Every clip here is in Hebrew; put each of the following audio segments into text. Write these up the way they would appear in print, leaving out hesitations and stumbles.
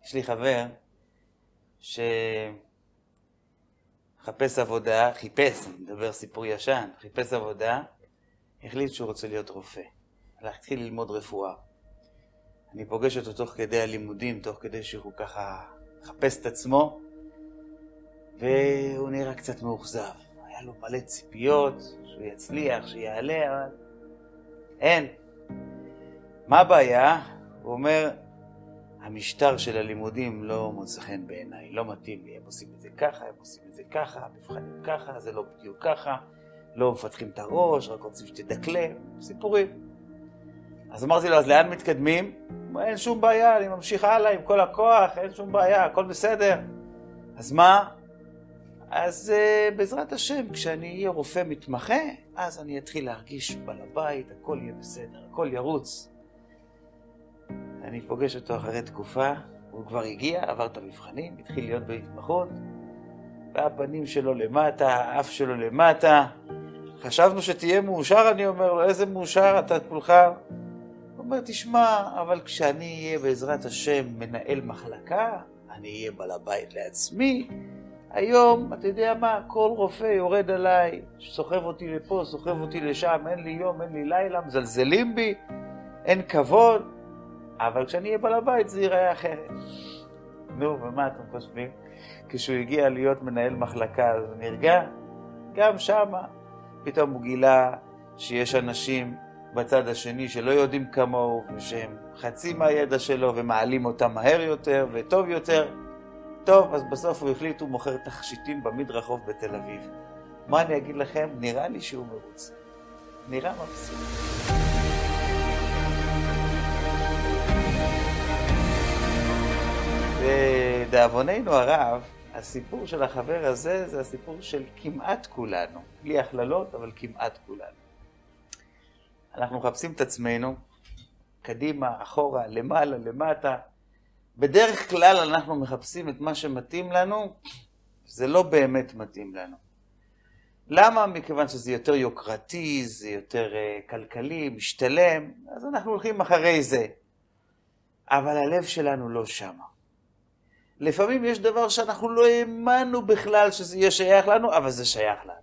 יש לי חבר שחפש עבודה, אני מדבר סיפור ישן, חיפש עבודה, החליט שהוא רוצה להיות רופא. התחיל ללמוד רפואה. אני פוגש אותו תוך כדי הלימודים, תוך כדי שהוא ככה חפש את עצמו, והוא נראה קצת מאוכזב. היה לו מלא ציפיות, שהוא יצליח, שיעלה, אבל אין. מה הבעיה? הוא אומר, המשטר של הלימודים לא מוצא חן בעיניי, לא מתאים לי, הם עושים את זה ככה, הם עושים את זה ככה, המבחנים ככה, זה לא בדיוק ככה, לא מפתחים את הראש, רק רוצים שתדקלם, סיפורים. אז אמרתי לו, אז לאן מתקדמים? אין שום בעיה, אני ממשיך הלאה עם כל הכוח, אין שום בעיה, הכל בסדר. אז מה? אז בעזרת השם, כשאני אהיה רופא מתמחה, אז אני אתחיל להרגיש בעל הבית, הכל יהיה בסדר, הכל ירוץ. אני פוגש אותו אחרי תקופה, הוא כבר הגיע, עבר את המבחנים, התחיל להיות בהתמחות, והפנים שלו למטה, האף שלו למטה. חשבנו שתהיה מאושר, אני אומר לו, איזה מאושר אתה כולך? הוא אומר, תשמע, אבל כשאני אהיה בעזרת השם מנהל מחלקה, אני אהיה בעל הבית לעצמי. היום, אתה יודע מה, כל רופא יורד עליי, סוחב אותי לפה, סוחב אותי לשם, אין לי יום, אין לי לילה, מזלזלים בי, אין כבוד. אבל כשאני אהיה בעל הבית זה ייראה אחרת. נו, ומה אתם חושבים? כשהוא הגיע להיות מנהל מחלקה, אז הוא נרגע. גם שמה, פתאום הוא גילה שיש אנשים בצד השני שלא יודעים כמוהו, ושהם חצי מהידע שלו ומעלים אותם מהר יותר וטוב יותר. טוב, אז בסוף הוא החליט, הוא מוכר תכשיטים במדרחוב בתל אביב. מה אני אגיד לכם? נראה לי שהוא מרוצה. נראה מבסוט. ודאבוננו הרב, הסיפור של החבר הזה זה הסיפור של כמעט כולנו. בלי הכללות, אבל כמעט כולנו. אנחנו מחפשים את עצמנו, קדימה, אחורה, למעלה, למטה. בדרך כלל אנחנו מחפשים את מה שמתאים לנו, זה לא באמת מתאים לנו. למה? מכיוון שזה יותר יוקרתי, זה יותר כלכלי, משתלם, אז אנחנו הולכים אחרי זה. אבל הלב שלנו לא שמה. לפעמים יש דבר שאנחנו לא האמנו בכלל שזה יהיה שייך לנו, אבל זה שייך לנו.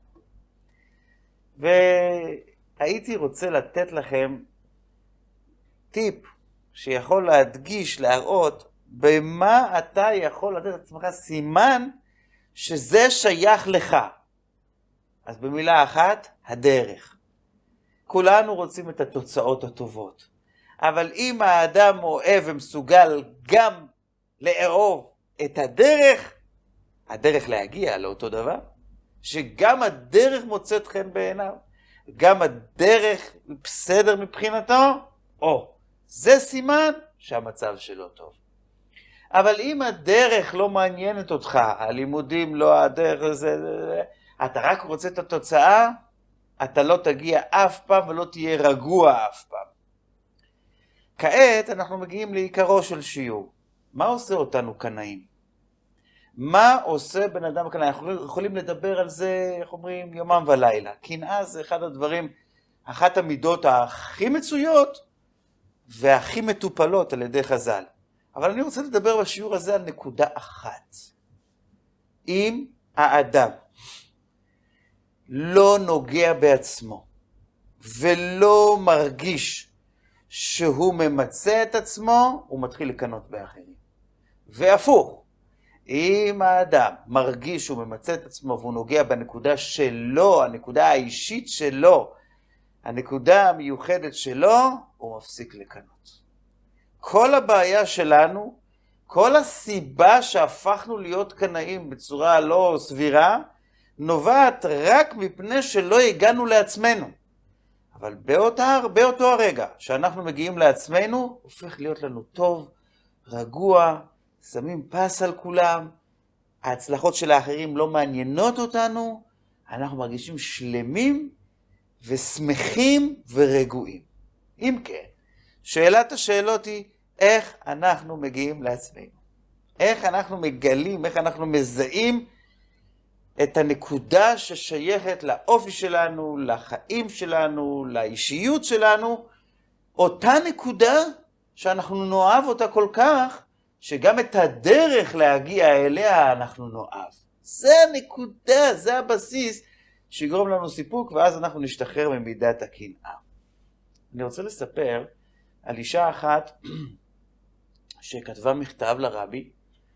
והייתי רוצה לתת לכם טיפ שיכול להדגיש, להראות, במה אתה יכול לתת לעצמך סימן שזה שייך לך. אז במילה אחת, הדרך. כולנו רוצים את התוצאות הטובות. אבל אם האדם אוהב ומסוגל גם לאהוב את הדרך להגיע לאותו דבר, שגם הדרך מוצאת חן בעיניו, גם הדרך בסדר מבחינתו, זה סימן שהמצב שלו טוב. אבל אם הדרך לא מעניינת אותך, הלימודים לא הדרך הזה, אתה רק רוצה את התוצאה, אתה לא תגיע אף פעם ולא תהיה רגוע אף פעם. כעת אנחנו מגיעים לעיקרו של שיעור. מה עושה אותנו קנאים? מה עושה בן אדם קנאי? אנחנו יכולים לדבר על זה, איך אומרים, יומם ולילה. קנאה זה אחד הדברים, אחת המידות הכי מצויות והכי מטופלות על ידי חז"ל. אבל אני רוצה לדבר בשיעור הזה על נקודה אחת. אם האדם לא נוגע בעצמו ולא מרגיש שהוא ממצא את עצמו, הוא מתחיל לקנות באחרים. והפוך, אם האדם מרגיש שהוא ממצא את עצמו והוא נוגע בנקודה שלו, הנקודה האישית שלו, הנקודה המיוחדת שלו, הוא מפסיק לקנות. כל הבעיה שלנו, כל הסיבה שהפכנו להיות קנאים בצורה לא סבירה, נובעת רק מפני שלא הגענו לעצמנו. אבל באותו הרגע שאנחנו מגיעים לעצמנו, הופך להיות לנו טוב, רגוע, שמים פס על כולם, ההצלחות של האחרים לא מעניינות אותנו, אנחנו מרגישים שלמים ושמחים ורגועים. אם כן, שאלת השאלות היא, איך אנחנו מגיעים לעצמנו? איך אנחנו מגלים, איך אנחנו מזהים את הנקודה ששייכת לאופי שלנו, לחיים שלנו, לאישיות שלנו, אותה נקודה שאנחנו נאהב אותה כל כך, שגם את הדרך להגיע אליה אנחנו נאהב. זה הנקודה, זה הבסיס שיגרום לנו סיפוק, ואז אנחנו נשתחרר ממידת הקנאה. אני רוצה לספר על אישה אחת שכתבה מכתב לרבי,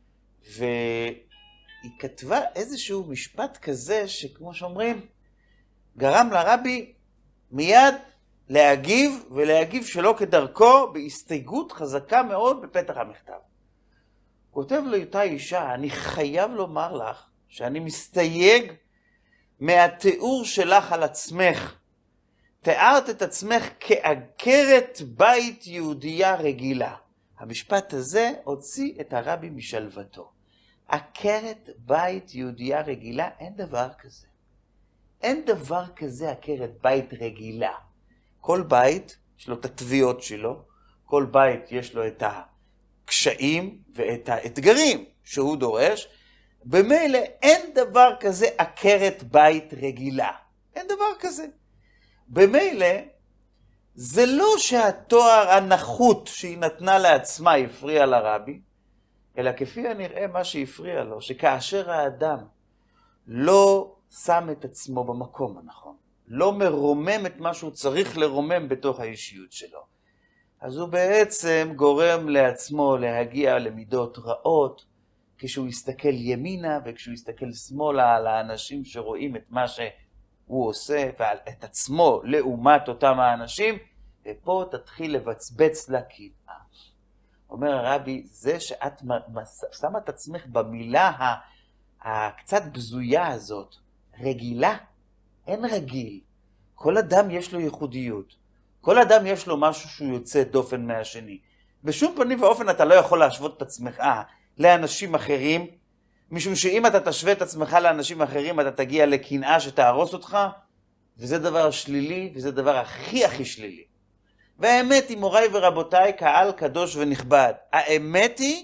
והיא כתבה איזשהו משפט כזה שכמו שאומרים, גרם לרבי מיד להגיב, ולהגיב שלא כדרכו, בהסתייגות חזקה מאוד בפתח המכתב. כותב לו אותה אישה, אני חייב לומר לך שאני מסתייג מהתיאור שלך על עצמך. תיארת את עצמך כעקרת בית יהודייה רגילה. המשפט הזה הוציא את הרבי משלוותו. עקרת בית יהודייה רגילה, אין דבר כזה. אין דבר כזה עקרת בית רגילה. כל בית יש לו את התביעות שלו, כל בית יש לו את הקשיים ואת האתגרים שהוא דורש, במילא אין דבר כזה עקרת בית רגילה. אין דבר כזה. במילא זה לא שהתואר הנחות שהיא נתנה לעצמה הפריע לרבי, אלא כפי הנראה מה שהפריע לו, שכאשר האדם לא שם את עצמו במקום הנכון, לא מרומם את מה שהוא צריך לרומם בתוך האישיות שלו, אז הוא בעצם גורם לעצמו להגיע למידות רעות, כשהוא יסתכל ימינה וכשהוא יסתכל שמאלה על האנשים שרואים את מה שהוא עושה ואת עצמו לעומת אותם האנשים, ופה תתחיל לבצבץ לקנאה. אומר הרבי, זה שאת שמה את עצמך במילה הקצת בזויה הזאת, רגילה, אין רגיל. כל אדם יש לו ייחודיות. כל אדם יש לו משהו שהוא יוצא דופן מהשני. בשום פנים ואופן אתה לא יכול להשוות את עצמך לאנשים אחרים, משום שאם אתה תשווה את עצמך לאנשים אחרים, אתה תגיע לקנאה שתהרוס אותך, וזה דבר שלילי, וזה דבר הכי שלילי. והאמת היא, מוריי ורבותיי, קהל קדוש ונכבד, האמת היא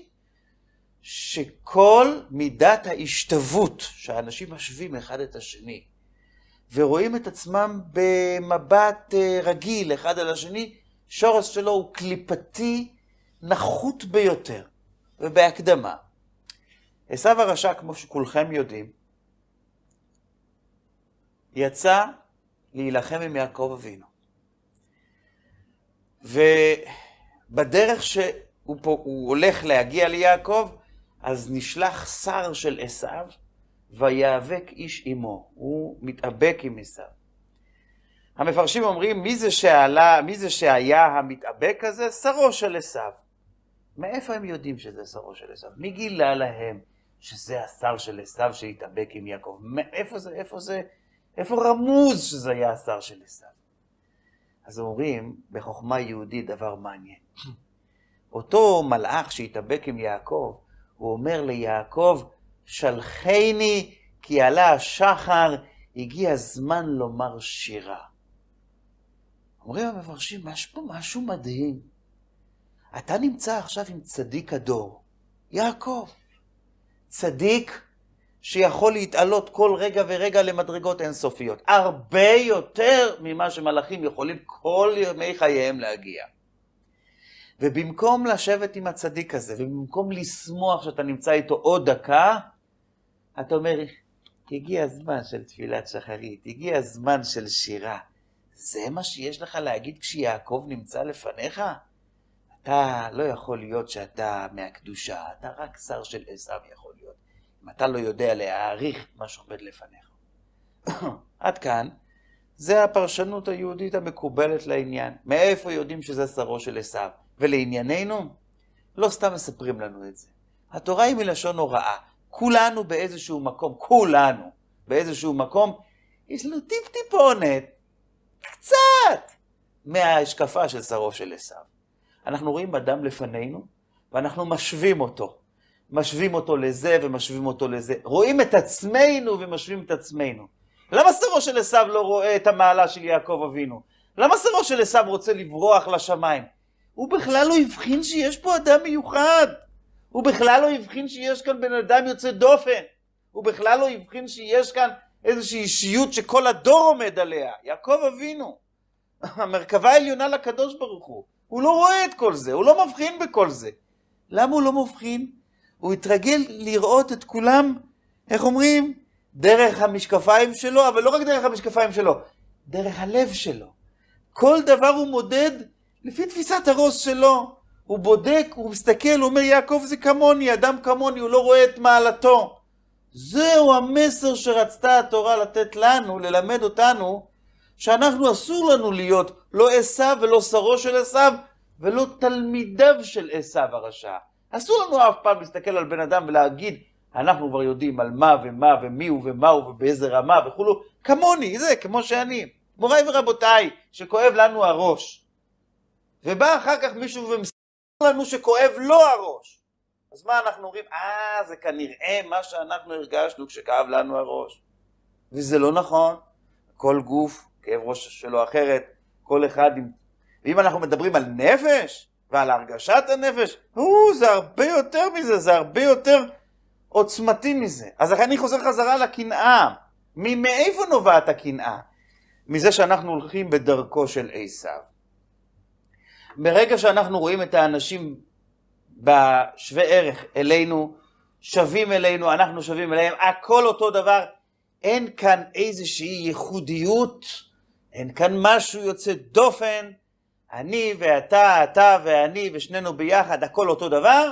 שכל מידת ההשתוות שהאנשים משווים אחד את השני, ורואים את עצמם במבט רגיל אחד על השני, שורש שלו הוא קליפתי נחות ביותר. ובהקדמה, עשיו הרשע, כמו שכולכם יודעים, יצא להילחם עם יעקב אבינו. ובדרך שהוא הולך להגיע ליעקב, אז נשלח שר של עשיו, ויאבק איש עמו. הוא מתאבק עם עשיו. המפרשים אומרים, מי זה שהיה המתאבק הזה? שרו של עשיו. מאיפה הם יודעים שזה שרו של עשיו? מי גילה להם שזה השר של עשיו שהתאבק עם יעקב? איפה רמוז שזה היה השר של עשיו? אז אומרים, בחוכמה יהודית דבר מעניין. אותו מלאך שהתאבק עם יעקב, הוא אומר ליעקב, שלחני כי עלה השחר, הגיע הזמן לומר שירה. אומרים המפרשים, יש פה משהו מדהים. אתה נמצא עכשיו עם צדיק הדור, יעקב. צדיק שיכול להתעלות כל רגע ורגע למדרגות אינסופיות. הרבה יותר ממה שמלאכים יכולים כל ימי חייהם להגיע. ובמקום לשבת עם הצדיק הזה, ובמקום לשמוח שאתה נמצא איתו עוד דקה, אתה אומר, הגיע הזמן של תפילת שחרית, הגיע הזמן של שירה. זה מה שיש לך להגיד כשיעקב נמצא לפניך? אתה לא יכול להיות שאתה מהקדושה, אתה רק שר של עשיו יכול להיות. אם אתה לא יודע להעריך מה שעומד לפניך. עד כאן, זה הפרשנות היהודית המקובלת לעניין. מאיפה יודעים שזה שרו של עשיו? ולענייננו, לא סתם מספרים לנו את זה. התורה היא מלשון הוראה. כולנו באיזשהו מקום, יש לנו טיפונת, קצת, מההשקפה של שרו של עשיו. אנחנו רואים אדם לפנינו, ואנחנו משווים אותו. משווים אותו לזה ומשווים אותו לזה. רואים את עצמנו ומשווים את עצמנו. למה שרו של עשיו לא רואה את המעלה של יעקב אבינו? למה שרו של עשיו רוצה לברוח לשמיים? הוא בכלל לא הבחין שיש פה אדם מיוחד. הוא בכלל לא הבחין שיש כאן בן אדם יוצא דופן. הוא בכלל לא הבחין שיש כאן איזושהי אישיות שכל הדור עומד עליה. יעקב אבינו. המרכבה העליונה לקדוש ברוך הוא. הוא לא רואה את כל זה, הוא לא מבחין בכל זה. למה הוא לא מבחין? הוא התרגל לראות את כולם, איך אומרים? דרך המשקפיים שלו, אבל לא רק דרך המשקפיים שלו, דרך הלב שלו. כל דבר הוא מודד לפי תפיסת הראש שלו. הוא בודק, הוא מסתכל, הוא אומר, יעקב זה כמוני, אדם כמוני, הוא לא רואה את מעלתו. זהו המסר שרצתה התורה לתת לנו, ללמד אותנו, שאנחנו אסור לנו להיות לא עשיו ולא שרו של עשיו, ולא תלמידיו של עשיו הרשע. אסור לנו אף פעם להסתכל על בן אדם ולהגיד, אנחנו כבר יודעים על מה ומה ומי הוא ומה הוא ובאיזה רמה וכולו, כמוני, זה כמו שאני. מוריי ורבותיי, שכואב לנו הראש. ובא אחר כך מישהו ומסתכל לנו שכואב לו הראש. אז מה אנחנו אומרים? זה כנראה מה שאנחנו הרגשנו כשכאב לנו הראש. וזה לא נכון. כל גוף, כאב ראש שלו אחרת, כל אחד עם... ואם אנחנו מדברים על נפש ועל הרגשת הנפש, זה הרבה יותר מזה, זה הרבה יותר עוצמתי מזה. אז אני חוזר חזרה לקנאה. מאיפה נובעת הקנאה? מזה שאנחנו הולכים בדרכו של עשיו. ברגע שאנחנו רואים את האנשים בשווה ערך אלינו, שווים אלינו, אנחנו שווים אליהם, הכל אותו דבר, אין כאן איזושהי ייחודיות, אין כאן משהו יוצא דופן, אני ואתה, אתה ואני ושנינו ביחד, הכל אותו דבר.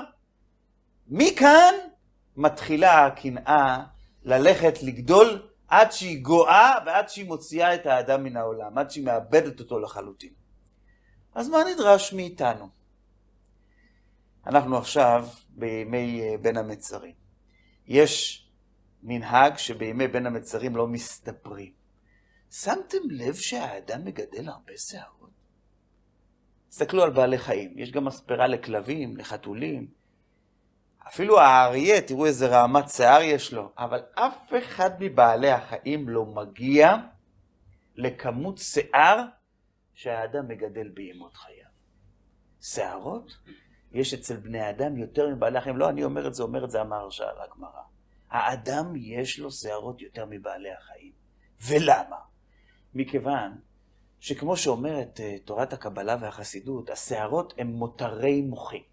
מכאן מתחילה הקנאה ללכת לגדול עד שהיא גואה ועד שהיא מוציאה את האדם מן העולם, עד שהיא מאבדת אותו לחלוטין. אז מה נדרש מאיתנו? אנחנו עכשיו בימי בין המצרים. יש מנהג שבימי בין המצרים לא מסתפרים. שמתם לב שהאדם מגדל הרבה שערות? תסתכלו על בעלי חיים. יש גם מספרה לכלבים, לחתולים. אפילו האריה, תראו איזה רעמת שיער יש לו. אבל אף אחד מבעלי החיים לא מגיע לכמות שיער שהאדם מגדל בימות חייו. שערות יש אצל בני אדם יותר מבעלי החיים. לא, אני אומר את זה המהרש"ל הגמרא. האדם יש לו שערות יותר מבעלי החיים. ולמה? מכיוון שכמו שאומרת תורת הקבלה והחסידות, השערות הם מותרי מוחים.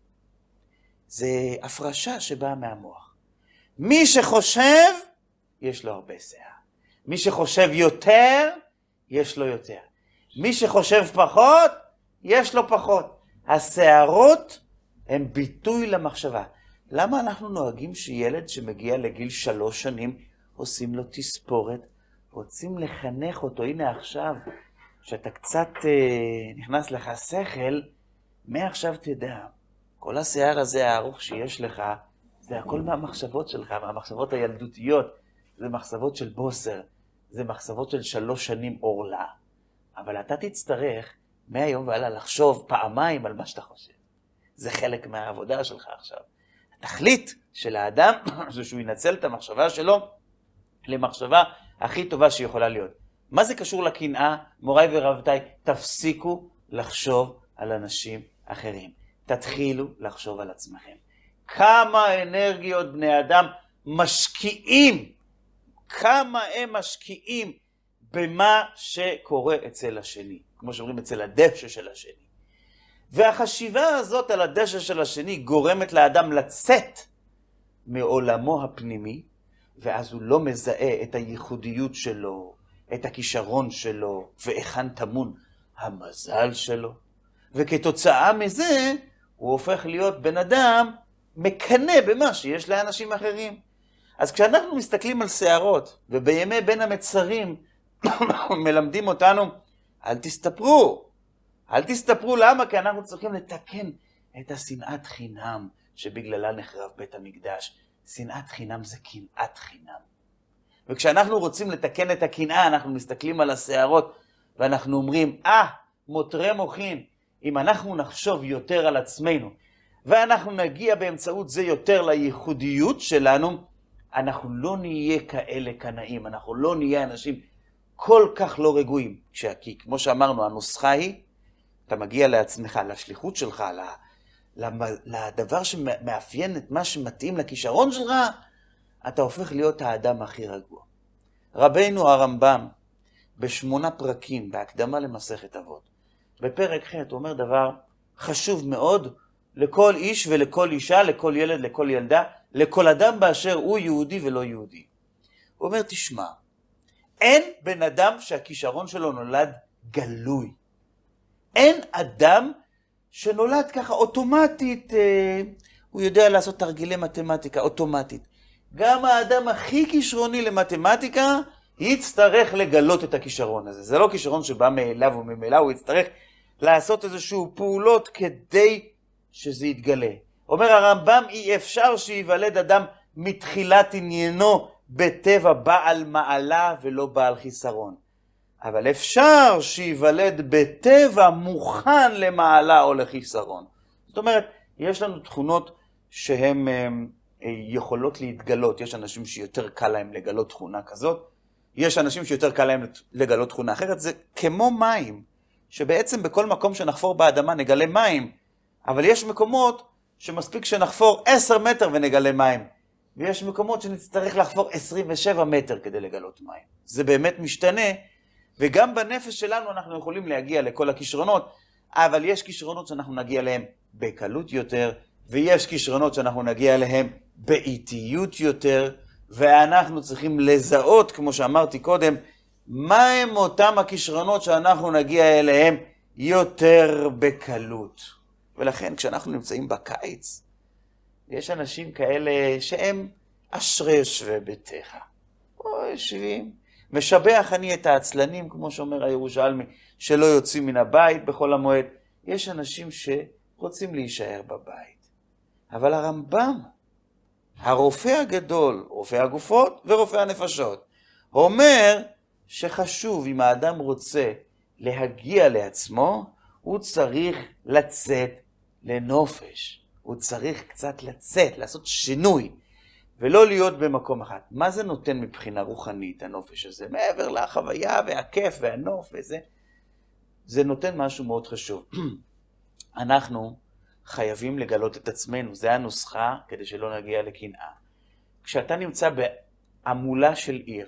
זה הפרשה שבאה מהמוח. מי שחושב, יש לו הרבה שיער. מי שחושב יותר, יש לו יותר. מי שחושב פחות, יש לו פחות. השערות הם ביטוי למחשבה. למה אנחנו נוהגים שילד שמגיע לגיל 3 שנים, עושים לו תספורת, רוצים לחנך אותו, הנה עכשיו, שאתה קצת נכנס לך שכל, מעכשיו תדע, כל השיער הזה הארוך שיש לך, זה הכל מהמחשבות שלך, מהמחשבות הילדותיות, זה מחשבות של בוסר, זה מחשבות של 3 שנים אורלה. אבל אתה תצטרך מהיום והלאה לחשוב פעמיים על מה שאתה חושב. זה חלק מהעבודה שלך עכשיו. התכלית של האדם זה שהוא ינצל את המחשבה שלו למחשבה הכי טובה שיכולה להיות. מה זה קשור לקנאה? מוריי ורבותיי, תפסיקו לחשוב על אנשים אחרים. תתחילו לחשוב על עצמכם. כמה אנרגיות בני אדם משקיעים, כמה הם משקיעים במה שקורה אצל השני. כמו שאומרים אצל הדשא של השני. והחשיבה הזאת על הדשא של השני גורמת לאדם לצאת מעולמו הפנימי, ואז הוא לא מזהה את הייחודיות שלו, את הכישרון שלו, ואיכן טמון המזל שלו. וכתוצאה מזה הוא הופך להיות בן אדם מקנא במה שיש לאנשים אחרים. אז כשאנחנו מסתכלים על שערות, ובימי בין המצרים מלמדים אותנו, אל תסתפרו. אל תסתפרו, למה? כי אנחנו צריכים לתקן את השנאת חינם שבגללה נחרב בית המקדש. שנאת חינם זה קנאת חינם. וכשאנחנו רוצים לתקן את הקנאה, אנחנו מסתכלים על השערות ואנחנו אומרים, מותרי מוחין, אם אנחנו נחשוב יותר על עצמנו ואנחנו נגיע באמצעות זה יותר לייחודיות שלנו, אנחנו לא נהיה כאלה קנאים, אנחנו לא נהיה אנשים כל כך לא רגועים. כי כמו שאמרנו, הנוסחה היא, אתה מגיע לעצמך, לשליחות שלך, לדבר שמאפיין את מה שמתאים לכישרון שלך, אתה הופך להיות האדם הכי רגוע. רבינו הרמב"ם, ב8 פרקים, בהקדמה למסכת אבות, בפרק ח' הוא אומר דבר חשוב מאוד, לכל איש ולכל אישה, לכל ילד, לכל ילדה, לכל אדם באשר הוא יהודי ולא יהודי. הוא אומר, תשמע, אין בן אדם שהכישרון שלו נולד גלוי. אין אדם שנולד ככה אוטומטית, הוא יודע לעשות תרגילי מתמטיקה אוטומטית. גם האדם הכי כישרוני למתמטיקה יצטרך לגלות את הכישרון הזה. זה לא כישרון שבא מאליו וממילא, הוא יצטרך לעשות איזשהו פעולות כדי שזה יתגלה. אומר הרמב"ם, אי אפשר שיוולד אדם מתחילת עניינו בטבע בעל מעלה ולא בעל חיסרון. אבל אפשר שיוולד בטבע מוכן למעלה או לחיסרון. זאת אומרת, יש לנו תכונות שהן יכולות להתגלות. יש אנשים שיותר קל להם לגלות תכונה כזאת, יש אנשים שיותר קל להם לגלות תכונה אחרת. זה כמו מים, שבעצם בכל מקום שנחפור באדמה נגלה מים, אבל יש מקומות שמספיק שנחפור 10 מטר ונגלה מים, ויש מקומות שנצטרך לחפור 27 מטר כדי לגלות מים. זה באמת משתנה, וגם בנפש שלנו אנחנו יכולים להגיע לכל הכישרונות, אבל יש כישרונות שאנחנו נגיע אליהם בקלות יותר, ויש כישרונות שאנחנו נגיע אליהם באיטיות יותר, ואנחנו צריכים לזהות, כמו שאמרתי קודם, מה הם אותם הכישרונות שאנחנו נגיע אליהם יותר בקלות. ולכן כשאנחנו נמצאים בקיץ, יש אנשים כאלה שהם אשרי יושבי ביתך. יושבים, משבח אני את העצלנים, כמו שאומר הירושלמי, שלא יוצאים מן הבית בכל המועד. יש אנשים שרוצים להישאר בבית. אבל הרמב"ם, הרופא הגדול, רופא הגופות ורופא הנפשות, אומר שחשוב, אם האדם רוצה להגיע לעצמו, הוא צריך לצאת לנופש. הוא צריך קצת לצאת, לעשות שינוי, ולא להיות במקום אחד. מה זה נותן מבחינה רוחנית, הנופש הזה? מעבר לחוויה והכיף והנוף וזה, זה נותן משהו מאוד חשוב. אנחנו חייבים לגלות את עצמנו, זה הנוסחה כדי שלא נגיע לקנאה. כשאתה נמצא בעמולה של עיר,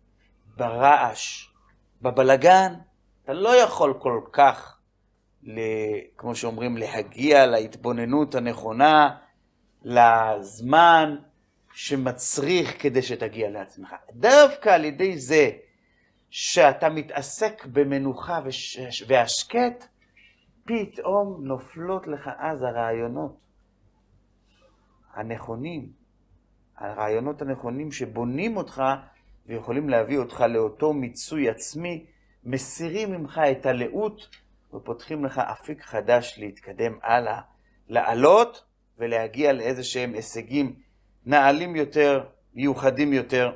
ברעש, בבלגן, אתה לא יכול כל כך, כמו שאומרים, להגיע להתבוננות הנכונה, לזמן שמצריך כדי שתגיע לעצמך. דווקא על ידי זה שאתה מתעסק במנוחה והשקט, פתאום נופלות לך אז הרעיונות הנכונים, הרעיונות הנכונים שבונים אותך ויכולים להביא אותך לאותו מיצוי עצמי, מסירים ממך את הלאות ופותחים לך אפיק חדש להתקדם הלאה, לעלות ולהגיע לאיזה שהם הישגים נעלים יותר, מיוחדים יותר.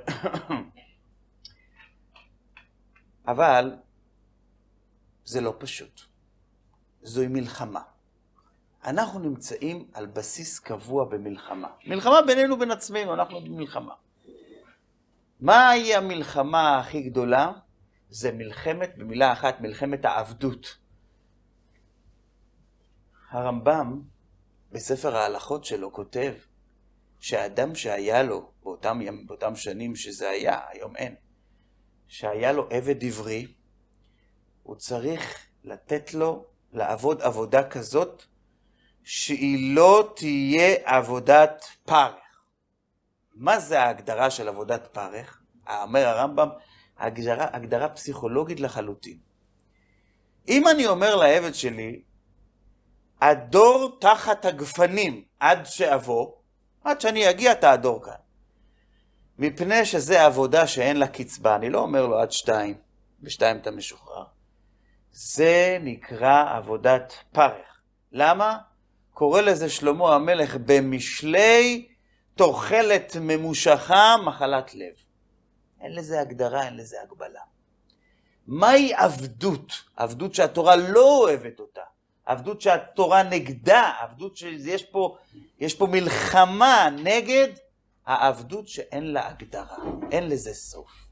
אבל זה לא פשוט. זוהי מלחמה. אנחנו נמצאים על בסיס קבוע במלחמה. מלחמה בינינו בין עצמנו, אנחנו במלחמה. מהי המלחמה הכי גדולה? זה מלחמת, במילה אחת, מלחמת העבדות. הרמב"ם בספר ההלכות שלו כותב שהאדם שהיה לו באותם שנים שזה היה, היום אין, שהיה לו עבד עברי, הוא צריך לתת לו לעבוד עבודה כזאת שהיא לא תהיה עבודת פרך. מה זה ההגדרה של עבודת פרך? אומר הרמב"ם, הגדרה פסיכולוגית לחלוטין. אם אני אומר לעבד שלי, הדור תחת הגפנים עד שאבוא, עד שאני אגיע תעדור כאן. מפני שזה עבודה שאין לה קצבה, אני לא אומר לו עד 2, ב2 אתה משוחרר. זה נקרא עבודת פרך. למה? קורא לזה שלמה המלך במשלי תוחלת ממושכה מחלת לב. אין לזה הגדרה, אין לזה הגבלה. מהי עבדות? עבדות שהתורה לא אוהבת אותה. עבדות שהתורה נגדה, עבדות שיש פה מלחמה נגד העבדות שאין לה הגדרה, אין לזה סוף.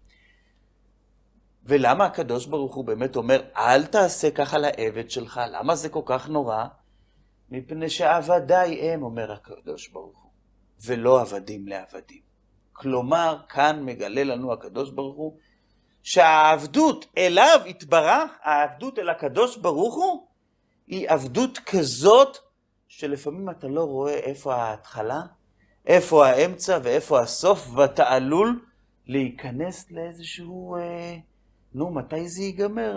ולמה הקדוש ברוך הוא באמת אומר, אל תעשה ככה לעבד שלך, למה זה כל כך נורא? מפני שעבדיי הם, אומר הקדוש ברוך הוא, ולא עבדים לעבדים. כלומר, כאן מגלה לנו הקדוש ברוך הוא, שהעבדות אליו התברך, העבדות אל הקדוש ברוך הוא, היא עבדות כזאת שלפעמים אתה לא רואה איפה ההתחלה, איפה האמצע ואיפה הסוף, ואתה עלול להיכנס לאיזשהו, מתי זה ייגמר,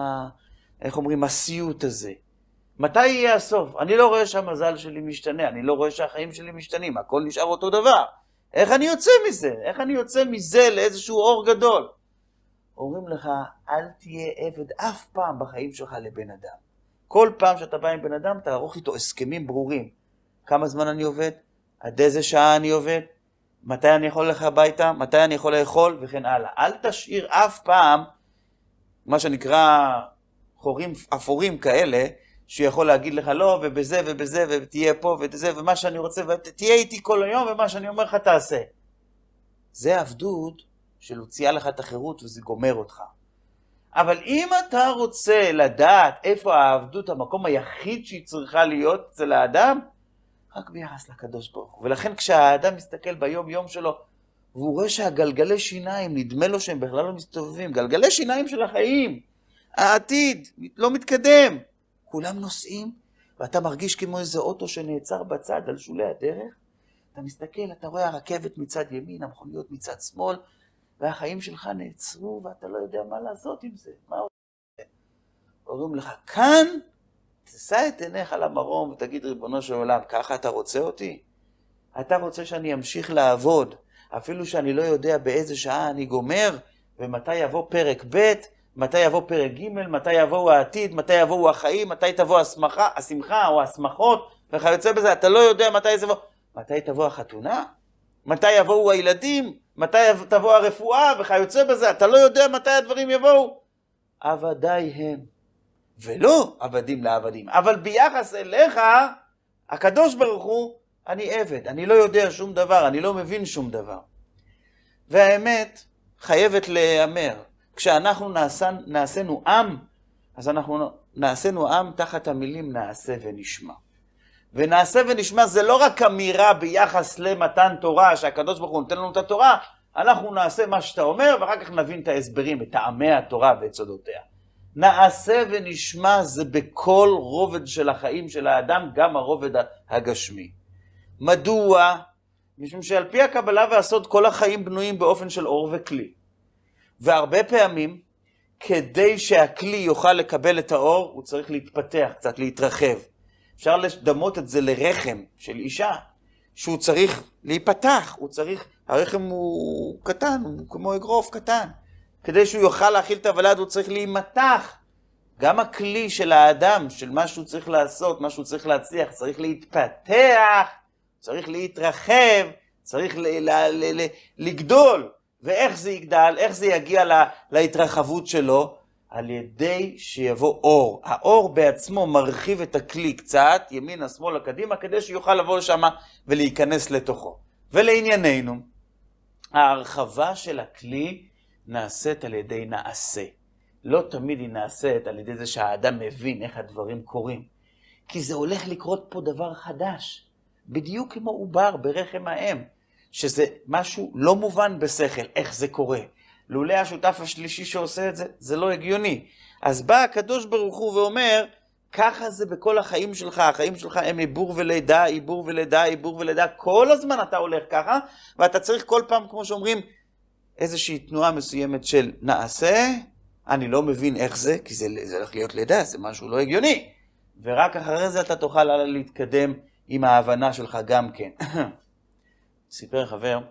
איך אומרים, הסיוט הזה? מתי יהיה הסוף? אני לא רואה שהמזל שלי משתנה, אני לא רואה שהחיים שלי משתנים, הכל נשאר אותו דבר. איך אני יוצא מזה? איך אני יוצא מזה לאיזשהו אור גדול? אומרים לך, אל תהיה עבד אף פעם בחיים שלך לבן אדם. כל פעם שאתה בא עם בן אדם, תערוך איתו הסכמים ברורים. כמה זמן אני עובד? עד איזה שעה אני עובד? מתי אני יכול ללכת הביתה? מתי אני יכול לאכול? וכן הלאה. אל תשאיר אף פעם, מה שנקרא חורים אפורים כאלה, שיכול להגיד לך לא, ובזה ובזה, ותהיה פה וזה, ומה שאני רוצה, ותהיה איתי כל היום, ומה שאני אומר לך תעשה. זה עבדות של הוציאה לך את החירות, וזה גומר אותך. אבל אם אתה רוצה לדעת איפה העבדות, המקום היחיד שהיא צריכה להיות אצל האדם, רק ביחס לקדוש ברוך הוא. ולכן כשהאדם מסתכל ביום יום שלו, והוא רואה שהגלגלי שיניים, נדמה לו שהם בכלל לא מסתובבים, גלגלי שיניים של החיים, העתיד, לא מתקדם. כולם נוסעים, ואתה מרגיש כמו איזה אוטו שנעצר בצד על שולי הדרך. אתה מסתכל, אתה רואה הרכבת מצד ימין, המכוניות מצד שמאל, והחיים שלך נעצרו, ואתה לא יודע מה לעשות עם זה. מה אומרים לך, כאן, תשא את עיניך למרום ותגיד, ריבונו של עולם, ככה אתה רוצה אותי? אתה רוצה שאני אמשיך לעבוד, אפילו שאני לא יודע באיזה שעה אני גומר, ומתי יבוא פרק ב', מתי יבוא פרק ג', מתי יבוא העתיד, מתי יבוא החיים, מתי תבוא השמחה או השמחות, וכיוצא בזה, אתה לא יודע מתי זה יבוא. מתי תבוא החתונה? מתי יבואו הילדים? מתי תבוא הרפואה? וכיוצא בזה, אתה לא יודע מתי הדברים יבואו. עבדי הם, ולא עבדים לעבדים. אבל ביחס אליך, הקדוש ברוך הוא, אני עבד, אני לא יודע שום דבר, אני לא מבין שום דבר. והאמת חייבת להיאמר. כשאנחנו נעשינו עם, אז אנחנו נעשינו עם תחת המילים נעשה ונשמע. ונעשה ונשמע זה לא רק אמירה ביחס למתן תורה, שהקדוש ברוך הוא נותן לנו את התורה, אנחנו נעשה מה שאתה אומר, ואחר כך נבין את ההסברים, את טעמי התורה ואת סודותיה. נעשה ונשמע זה בכל רובד של החיים של האדם, גם הרובד הגשמי. מדוע? משום שעל פי הקבלה והסוד כל החיים בנויים באופן של אור וכלי. והרבה פעמים, כדי שהכלי יוכל לקבל את האור, הוא צריך להתפתח, קצת להתרחב. אפשר לדמות את זה לרחם של אישה, שהוא צריך להיפתח, הרחם הוא קטן, הוא כמו אגרוף קטן. כדי שהוא יוכל להכיל את הוולד, הוא צריך להימתח. גם הכלי של האדם, של מה שהוא צריך לעשות, מה שהוא צריך להצליח, צריך להתפתח, צריך להתרחב, צריך לגדול. ואיך זה יגדל, איך זה יגיע להתרחבות שלו? על ידי שיבוא אור. האור בעצמו מרחיב את הכלי קצת, ימינה, שמאלה, קדימה, כדי שיוכל לבוא לשם ולהיכנס לתוכו. ולענייננו, ההרחבה של הכלי נעשית על ידי נעשה. לא תמיד היא נעשית על ידי זה שהאדם מבין איך הדברים קורים. כי זה הולך לקרות פה דבר חדש. בדיוק כמו עובר ברחם האם. שזה משהו לא מובן בשכל, איך זה קורה. לולא השותף השלישי שעושה את זה, זה לא הגיוני. אז בא הקדוש ברוך הוא ואומר, ככה זה בכל החיים שלך, החיים שלך הם עיבור ולידה, עיבור ולידה, עיבור ולידה, כל הזמן אתה הולך ככה, ואתה צריך כל פעם, כמו שאומרים, איזושהי תנועה מסוימת של נעשה, אני לא מבין איך זה, כי זה הולך להיות לידה, זה משהו לא הגיוני. ורק אחרי זה אתה תוכל להתקדם עם ההבנה שלך גם כן. סיפר חבר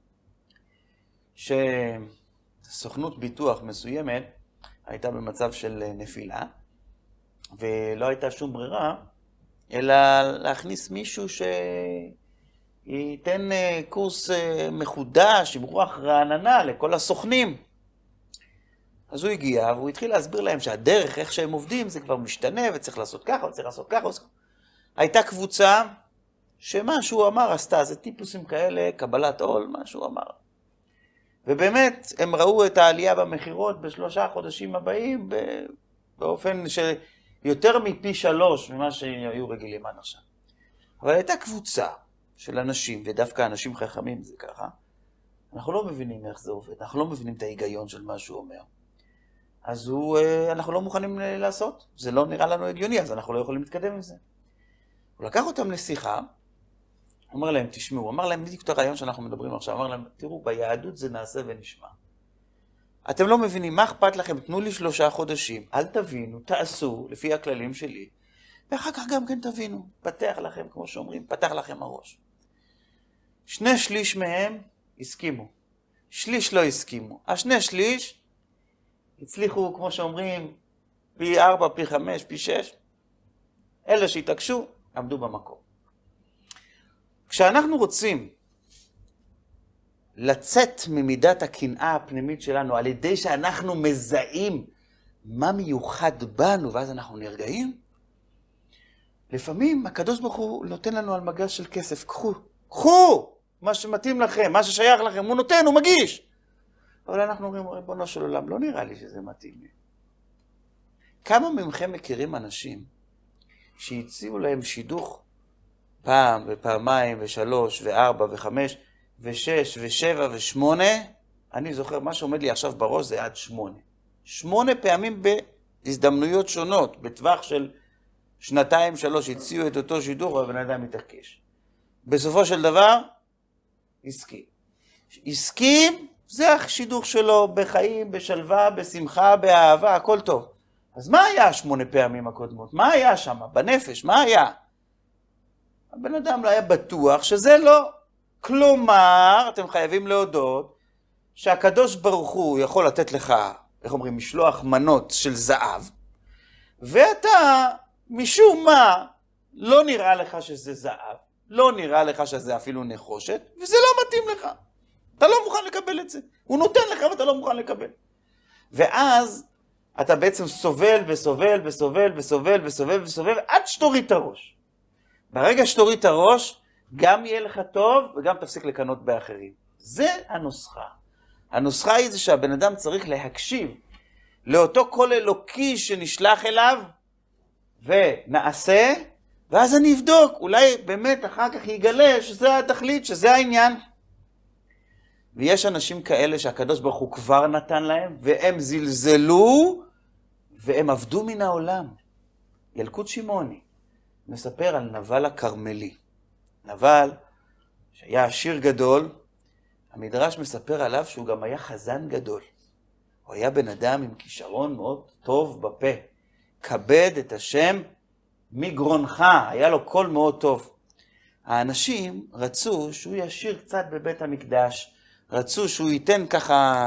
שסוכנות ביטוח מסוימת הייתה במצב של נפילה, ולא הייתה שום ברירה אלא להכניס מישהו שייתן קורס מחודש עם רוח רעננה לכל הסוכנים. אז הוא הגיע והוא התחיל להסביר להם שהדרך איך שהם עובדים זה כבר משתנה וצריך לעשות ככה וצריך לעשות ככה. הייתה קבוצה שמה שהוא אמר עשתה, זה טיפוסים כאלה, קבלת עול, מה שהוא אמר. ובאמת הם ראו את העלייה במחירות בשלושה חודשים הבאים באופן שיותר מפי 3 ממה שהיו רגילים עד עכשיו. אבל הייתה קבוצה של אנשים, ודווקא אנשים חכמים זה ככה, אנחנו לא מבינים איך זה עובד, אנחנו לא מבינים את ההיגיון של מה שהוא אומר. אז אנחנו לא מוכנים לעשות, זה לא נראה לנו הגיוני, אז אנחנו לא יכולים להתקדם עם זה. הוא לקח אותם לשיחה, הוא אמר להם, תשמעו, הוא אמר להם, בדיוק את הרעיון שאנחנו מדברים עכשיו, הוא אמר להם, תראו, ביהדות זה נעשה ונשמע. אתם לא מבינים, מה אכפת לכם? תנו לי 3 חודשים, אל תבינו, תעשו לפי הכללים שלי, ואחר כך גם כן תבינו, פתח לכם, כמו שאומרים, פתח לכם הראש. 2/3 מהם הסכימו, 1/3 לא הסכימו. 2/3 הצליחו, כמו שאומרים, פי 4, פי 5, פי 6. אלה שהתעקשו, עמדו במקום. כשאנחנו רוצים לצאת ממידת הקנאה הפנימית שלנו, על ידי שאנחנו מזהים מה מיוחד בנו, ואז אנחנו נרגעים, לפעמים הקדוש ברוך הוא נותן לנו על מגש של כסף, קחו מה שמתאים לכם, מה ששייך לכם, הוא נותן, הוא מגיש. אבל אנחנו אומרים, ריבונו של עולם, לא נראה לי שזה מתאים לי. כמה מכם מכירים אנשים שהציעו להם שידוך פעם ופעמיים ו3 ו4 ו5 ו6 ו7 ו8? אני זוכר, מה שעומד לי עכשיו בראש זה עד 8. 8 פעמים בהזדמנויות שונות, בטווח של 2-3 הציעו את אותו שידוך והבן אדם מתעקש. בסופו של דבר, הסכים, זה השידוך שלו בחיים, בשלווה, בשמחה, באהבה, הכל טוב. אז מה היה 8 פעמים הקודמות? מה היה שם? בנפש, מה היה? הבן אדם לא היה בטוח שזה לא. כלומר, אתם חייבים להודות שהקדוש ברוך הוא יכול לתת לך, איך אומרים, משלוח מנות של זהב, ואתה משום מה לא נראה לך שזה זהב, לא נראה לך שזה אפילו נחושת, וזה לא מתאים לך. אתה לא מוכן לקבל את זה. הוא נותן לך ואתה לא מוכן לקבל. ואז אתה בעצם סובל וסובל וסובל וסובל וסובל וסובל עד שתוריד את הראש. ברגע שתוריד את הראש, גם יהיה לך טוב וגם תפסיק לקנות באחרים. זה הנוסחה. הנוסחה היא זה שהבן אדם צריך להקשיב לאותו קול אלוקי שנשלח אליו ונעשה, ואז אני אבדוק, אולי באמת אחר כך יגלה שזה התכלית, שזה העניין. ויש אנשים כאלה שהקדוש ברוך הוא כבר נתן להם, והם זלזלו, והם עבדו מן העולם. ילקוט שמעוני מספר על נבל הכרמלי. נבל שהיה עשיר גדול, המדרש מספר עליו שהוא גם היה חזן גדול. הוא היה בן אדם עם כישרון מאוד טוב בפה. כבד את השם מגרונך, היה לו קול מאוד טוב. האנשים רצו שהוא ישיר קצת בבית המקדש, רצו שהוא ייתן ככה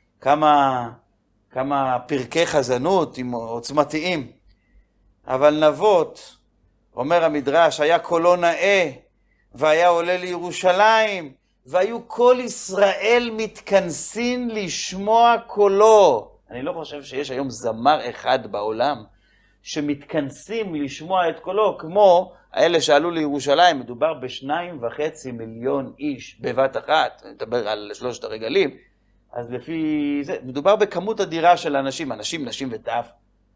כמה פרקי חזנות עם עוצמתיים. אבל נבות, אומר המדרש, היה קולו נאה, והיה עולה לירושלים, והיו כל ישראל מתכנסים לשמוע קולו. אני לא חושב שיש היום זמר אחד בעולם שמתכנסים לשמוע את קולו, כמו האלה שעלו לירושלים. מדובר ב2.5 מיליון איש בבת אחת, אני מדבר על 3 הרגלים, אז לפי זה, מדובר בכמות אדירה של אנשים, נשים וטף.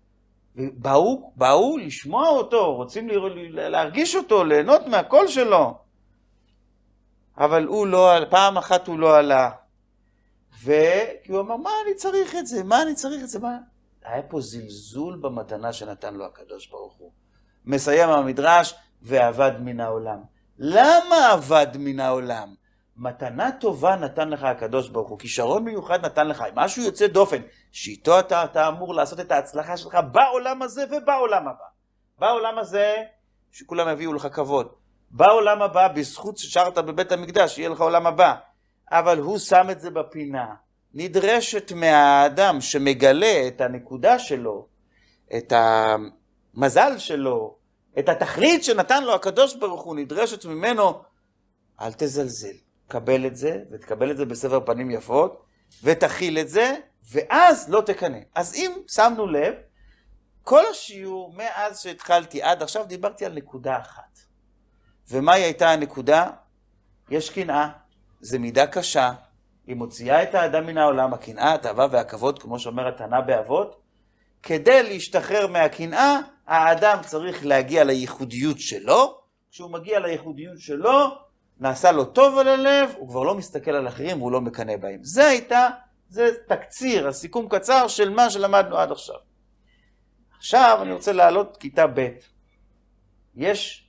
באו לשמוע אותו, רוצים להרגיש אותו, ליהנות מהקול שלו. אבל הוא לא, פעם אחת הוא לא עלה. כי הוא אמר, מה אני צריך את זה? היה פה זלזול במתנה שנתן לו הקדוש ברוך הוא. מסיים המדרש, ועבד מן העולם. למה עבד מן העולם? מתנה טובה נתן לך הקדוש ברוך הוא, כישרון מיוחד נתן לך, משהו יוצא דופן, שאיתו אתה אמור לעשות את ההצלחה שלך בעולם הזה ובעולם הבא. בעולם הזה, שכולם יביאו לך כבוד. בעולם הבא, בזכות ששרת בבית המקדש, יהיה לך עולם הבא. אבל הוא שם את זה בפינה. נדרשת מהאדם שמגלה את הנקודה שלו, את המזל שלו, את התכלית שנתן לו הקדוש ברוך הוא, נדרשת ממנו, אל תזלזל. קבל את זה, ותקבל את זה בסבר פנים יפות, ותכיל את זה, ואז לא תקנה. אז אם שמנו לב, כל השיעור, מאז שהתחלתי עד עכשיו, דיברתי על נקודה אחת. ומה הייתה הנקודה? יש קנאה, זה מידה קשה, היא מוציאה את האדם מן העולם, הקנאה, התאווה והכבוד, כמו שאומר התנא באבות. כדי להשתחרר מהקנאה, האדם צריך להגיע לייחודיות שלו. כשהוא מגיע לייחודיות שלו, נעשה לו טוב על הלב, הוא כבר לא מסתכל על אחרים והוא לא מקנא בהם. זה תקציר, הסיכום קצר של מה שלמדנו עד עכשיו. עכשיו אני רוצה להעלות כיתה ב'. יש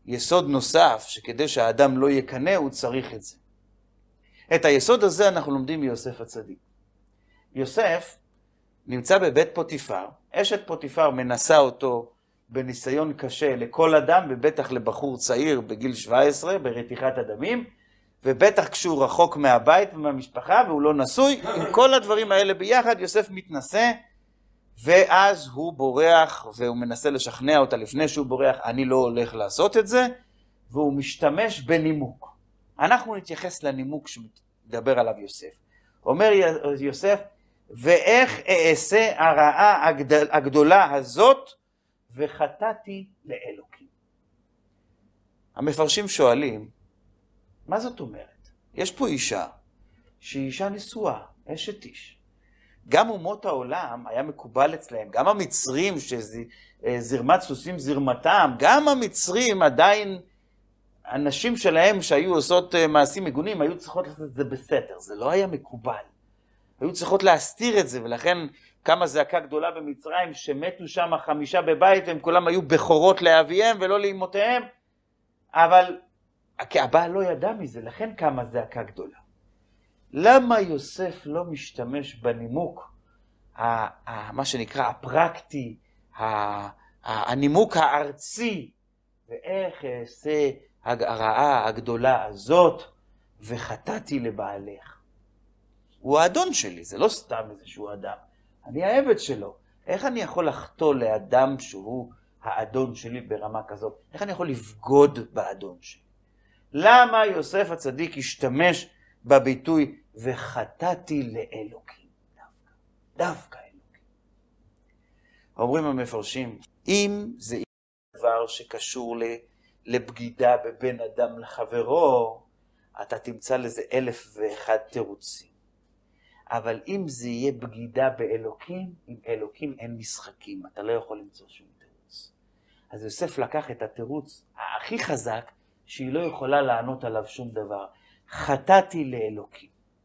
יסוד נוסף שכדי שהאדם לא יקנה הוא צריך את זה. את היסוד הזה אנחנו לומדים מיוסף הצדיק. יוסף נמצא בבית פוטיפר, אשת פוטיפר מנסה אותו בניסיון קשה לכל אדם, ובטח לבחור צעיר בגיל 17 ברתיחת הדמים, ובטח כשהוא רחוק מהבית ומהמשפחה והוא לא נשוי. עם כל הדברים האלה ביחד יוסף מתנסה, ואז הוא בורח והוא מנסה לשכנע אותה לפני שהוא בורח, אני לא הולך לעשות את זה, והוא משתמש בנימוק. אנחנו נתייחס לנימוק שמדבר עליו יוסף. אומר יוסף, ואיך אעשה הרעה הגדולה הזאת וחטאתי לאלוקים. המפרשים שואלים, מה זאת אומרת? יש פה אישה שהיא אישה נשואה, אשת איש. גם אומות העולם היה מקובל אצלהם, גם המצרים שזרמת סוסים זרמתם, גם המצרים עדיין, הנשים שלהם שהיו עושות מעשים מגונים, היו צריכות לעשות את זה בסתר, זה לא היה מקובל. היו צריכות להסתיר את זה, ולכן כמה זעקה גדולה במצרים, שמתו שם 5 בבית, והם כולם היו בכורות לאביהם ולא לאמותיהם, אבל הבעל לא ידע מזה, לכן כמה זעקה גדולה. למה יוסף לא משתמש בנימוק, מה שנקרא הפרקטי, הנימוק הארצי, ואיך אעשה הרעה הגדולה הזאת, וחטאתי לבעלך. הוא האדון שלי, זה לא סתם איזשהו אדם. אני העבד שלו. איך אני יכול לחטוא לאדם שהוא האדון שלי ברמה כזאת? איך אני יכול לבגוד באדון שלי? למה יוסף הצדיק השתמש בביטוי וחטאתי לאלוקים? דווקא אלוקים. אומרים המפרשים, אם זה דבר שקשור לבגידה בבין אדם לחברו, אתה תמצא לזה 1001 תירוצים. אבל אם זה יהיה בגידה באלוקים, עם אלוקים אין משחקים, אתה לא יכול למצוא שום תירוץ. אז יוסף לקח את התירוץ הכי חזק, שהיא לא יכולה לענות עליו שום דבר. חטאתי לאלוקים.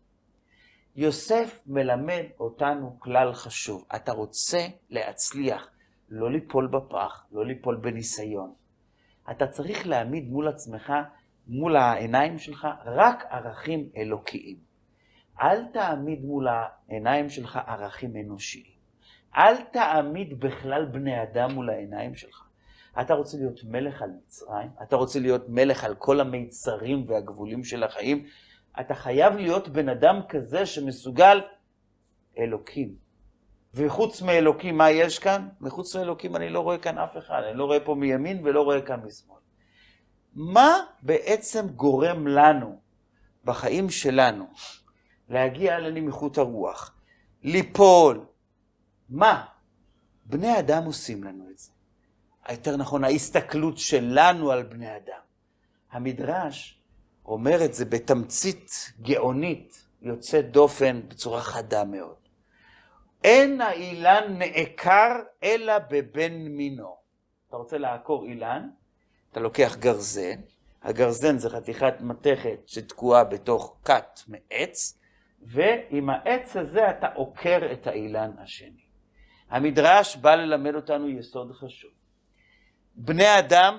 יוסף מלמד אותנו כלל חשוב. אתה רוצה להצליח, לא ליפול בפח, לא ליפול בניסיון. אתה צריך להעמיד מול עצמך, מול העיניים שלך, רק ערכים אלוקיים. אל תעמיד מול העיניים שלך ערכים אנושיים. אל תעמיד בכלל בני אדם מול העיניים שלך. אתה רוצה להיות מלך על מצרים, אתה רוצה להיות מלך על כל המיצרים והגבולים של החיים, אתה חייב להיות בן אדם כזה שמסוגל אלוקים. וחוץ מאלוקים, מה יש כאן? מחוץ מאלוקים אני לא רואה כאן אף אחד, אני לא רואה פה מימין ולא רואה כאן משמאל. מה בעצם גורם לנו, בחיים שלנו, להגיע לנמיכות הרוח, ליפול? מה? בני אדם עושים לנו את זה. יותר נכון, ההסתכלות שלנו על בני אדם. המדרש אומר את זה בתמצית גאונית, יוצאת דופן בצורה חדה מאוד. אין האילן נעקר אלא בבן מינו. אתה רוצה לעקור אילן, אתה לוקח גרזן, הגרזן זה חתיכת מתכת שתקועה בתוך קט מעץ, ועם העץ הזה אתה עוקר את האילן השני. המדרש בא ללמד אותנו יסוד חשוב. בני אדם,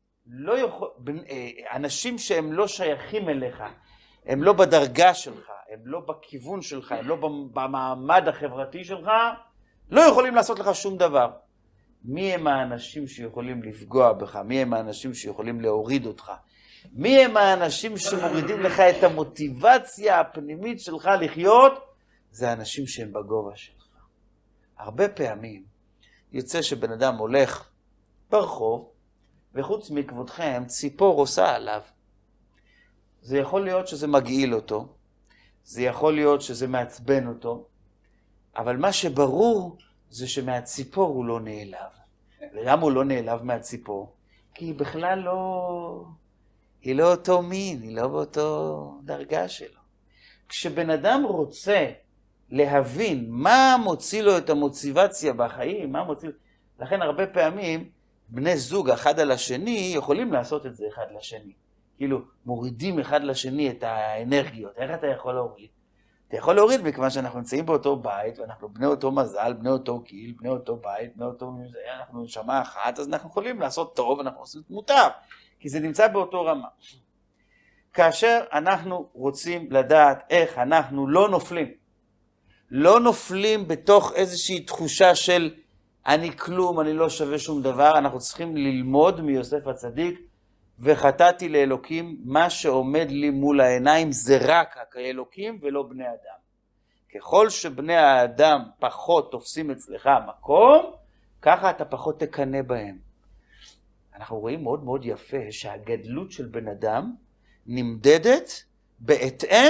אנשים שהם לא שייכים אליך, הם לא בדרגה שלך, הם לא בכיוון שלך, הם לא במעמד החברתי שלך, לא יכולים לעשות לך שום דבר. מי הם האנשים שיכולים לפגוע בך? מי הם האנשים שיכולים להוריד אותך? מי הם האנשים שמורידים לך את המוטיבציה הפנימית שלך לחיות? זה האנשים שהם בגובה שלך. הרבה פעמים יוצא שבן אדם הולך ברחוב, וחוץ מכבודכם ציפור עושה עליו. זה יכול להיות שזה מגעיל אותו, זה יכול להיות שזה מעצבן אותו, אבל מה שברור זה שמהציפור הוא לא נעלב. ולמה הוא לא נעלב מהציפור? כי היא בכלל היא לא אותו מין, היא לא באותו דרגה שלו. כשבן אדם רוצה להבין מה מוציא לו את המוטיבציה בחיים, לכן הרבה פעמים בני זוג אחד על השני יכולים לעשות את זה אחד לשני. כאילו מורידים אחד לשני את האנרגיות. איך אתה יכול להוריד? אתה יכול להוריד מכיוון שאנחנו נמצאים באותו בית, ואנחנו בני אותו מזל, בני אותו גיל, בני אותו בית, אנחנו נשמה אחת, אז אנחנו יכולים לעשות טוב, אנחנו עושים מוטב. כי זה נמצא באותו רמה. כאשר אנחנו רוצים לדעת איך אנחנו לא נופלים בתוך איזושהי תחושה של אני כלום, אני לא שווה שום דבר, אנחנו צריכים ללמוד מיוסף הצדיק, וחטאתי לאלוקים, מה שעומד לי מול העיניים זה רק האלוקים ולא בני אדם. ככל שבני האדם פחות תופסים אצלך מקום, ככה אתה פחות תקנה בהם. אנחנו רואים מאוד מאוד יפה שהגדלות של בן אדם נמדדת בהתאם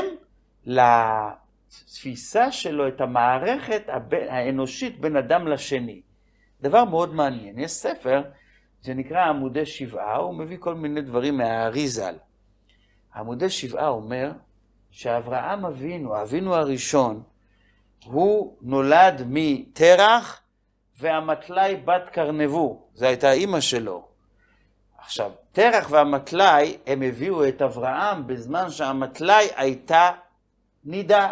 לתפיסה שלו את המערכת האנושית בין אדם לשני. דבר מאוד מעניין. יש ספר שנקרא עמודי שבעה, הוא מביא כל מיני דברים מהאריזל. עמודי שבעה אומר שאברהם אבינו, האבינו הראשון, הוא נולד מתרח והמטלי בת קרנבו. זו הייתה אימא שלו. עכשיו, תרח והמטלי הם הביאו את אברהם בזמן שהמטלי הייתה נידה.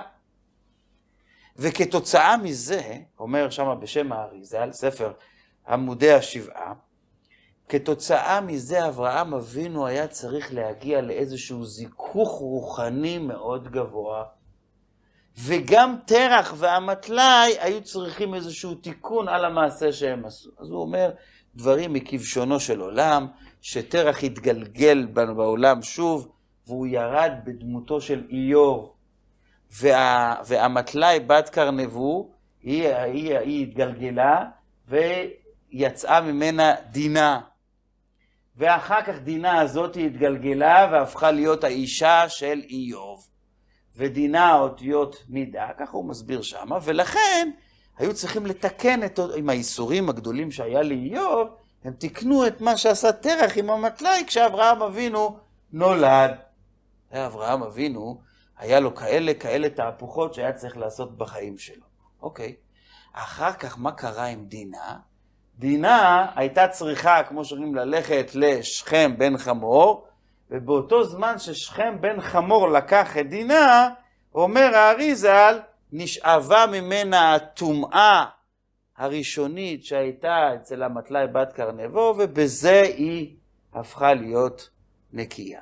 וכתוצאה מזה, אומר שם בשם האריזל, ספר עמודי השבעה, כתוצאה מזה אברהם אבינו היה צריך להגיע לאיזשהו זיכוך רוחני מאוד גבוה, וגם תרח והמטלי היו צריכים איזשהו תיקון על המעשה שהם עשו. אז הוא אומר דברים מכבשונו של עולם, שתרח התגלגל בעולם שוב, והוא ירד בדמותו של איוב, והמטלי בת קרנבו, היא התגלגלה ויצאה ממנה דינה. ואחר כך דינה הזאת התגלגלה והפכה להיות האישה של איוב. ודינה אותיות נידה, ככה הוא מסביר שם, ולכן היו צריכים לתקן עם האיסורים הגדולים שהיה לאיוב, הם תיקנו את מה שעשה תרח עם המטלי כשאברהם אבינו נולד. אברהם אבינו היה לו כאלה תהפוכות שהיה צריך לעשות בחיים שלו. אוקיי. אחר כך מה קרה עם דינה? דינה הייתה צריכה, כמו שאומרים, ללכת לשכם בן חמור, ובאותו זמן ששכם בן חמור לקח את דינה, אומר האריזל, נשאבה ממנה הטומאה הראשונית שהייתה אצל המטלי בת קרנבו, ובזה היא הפכה להיות נקייה.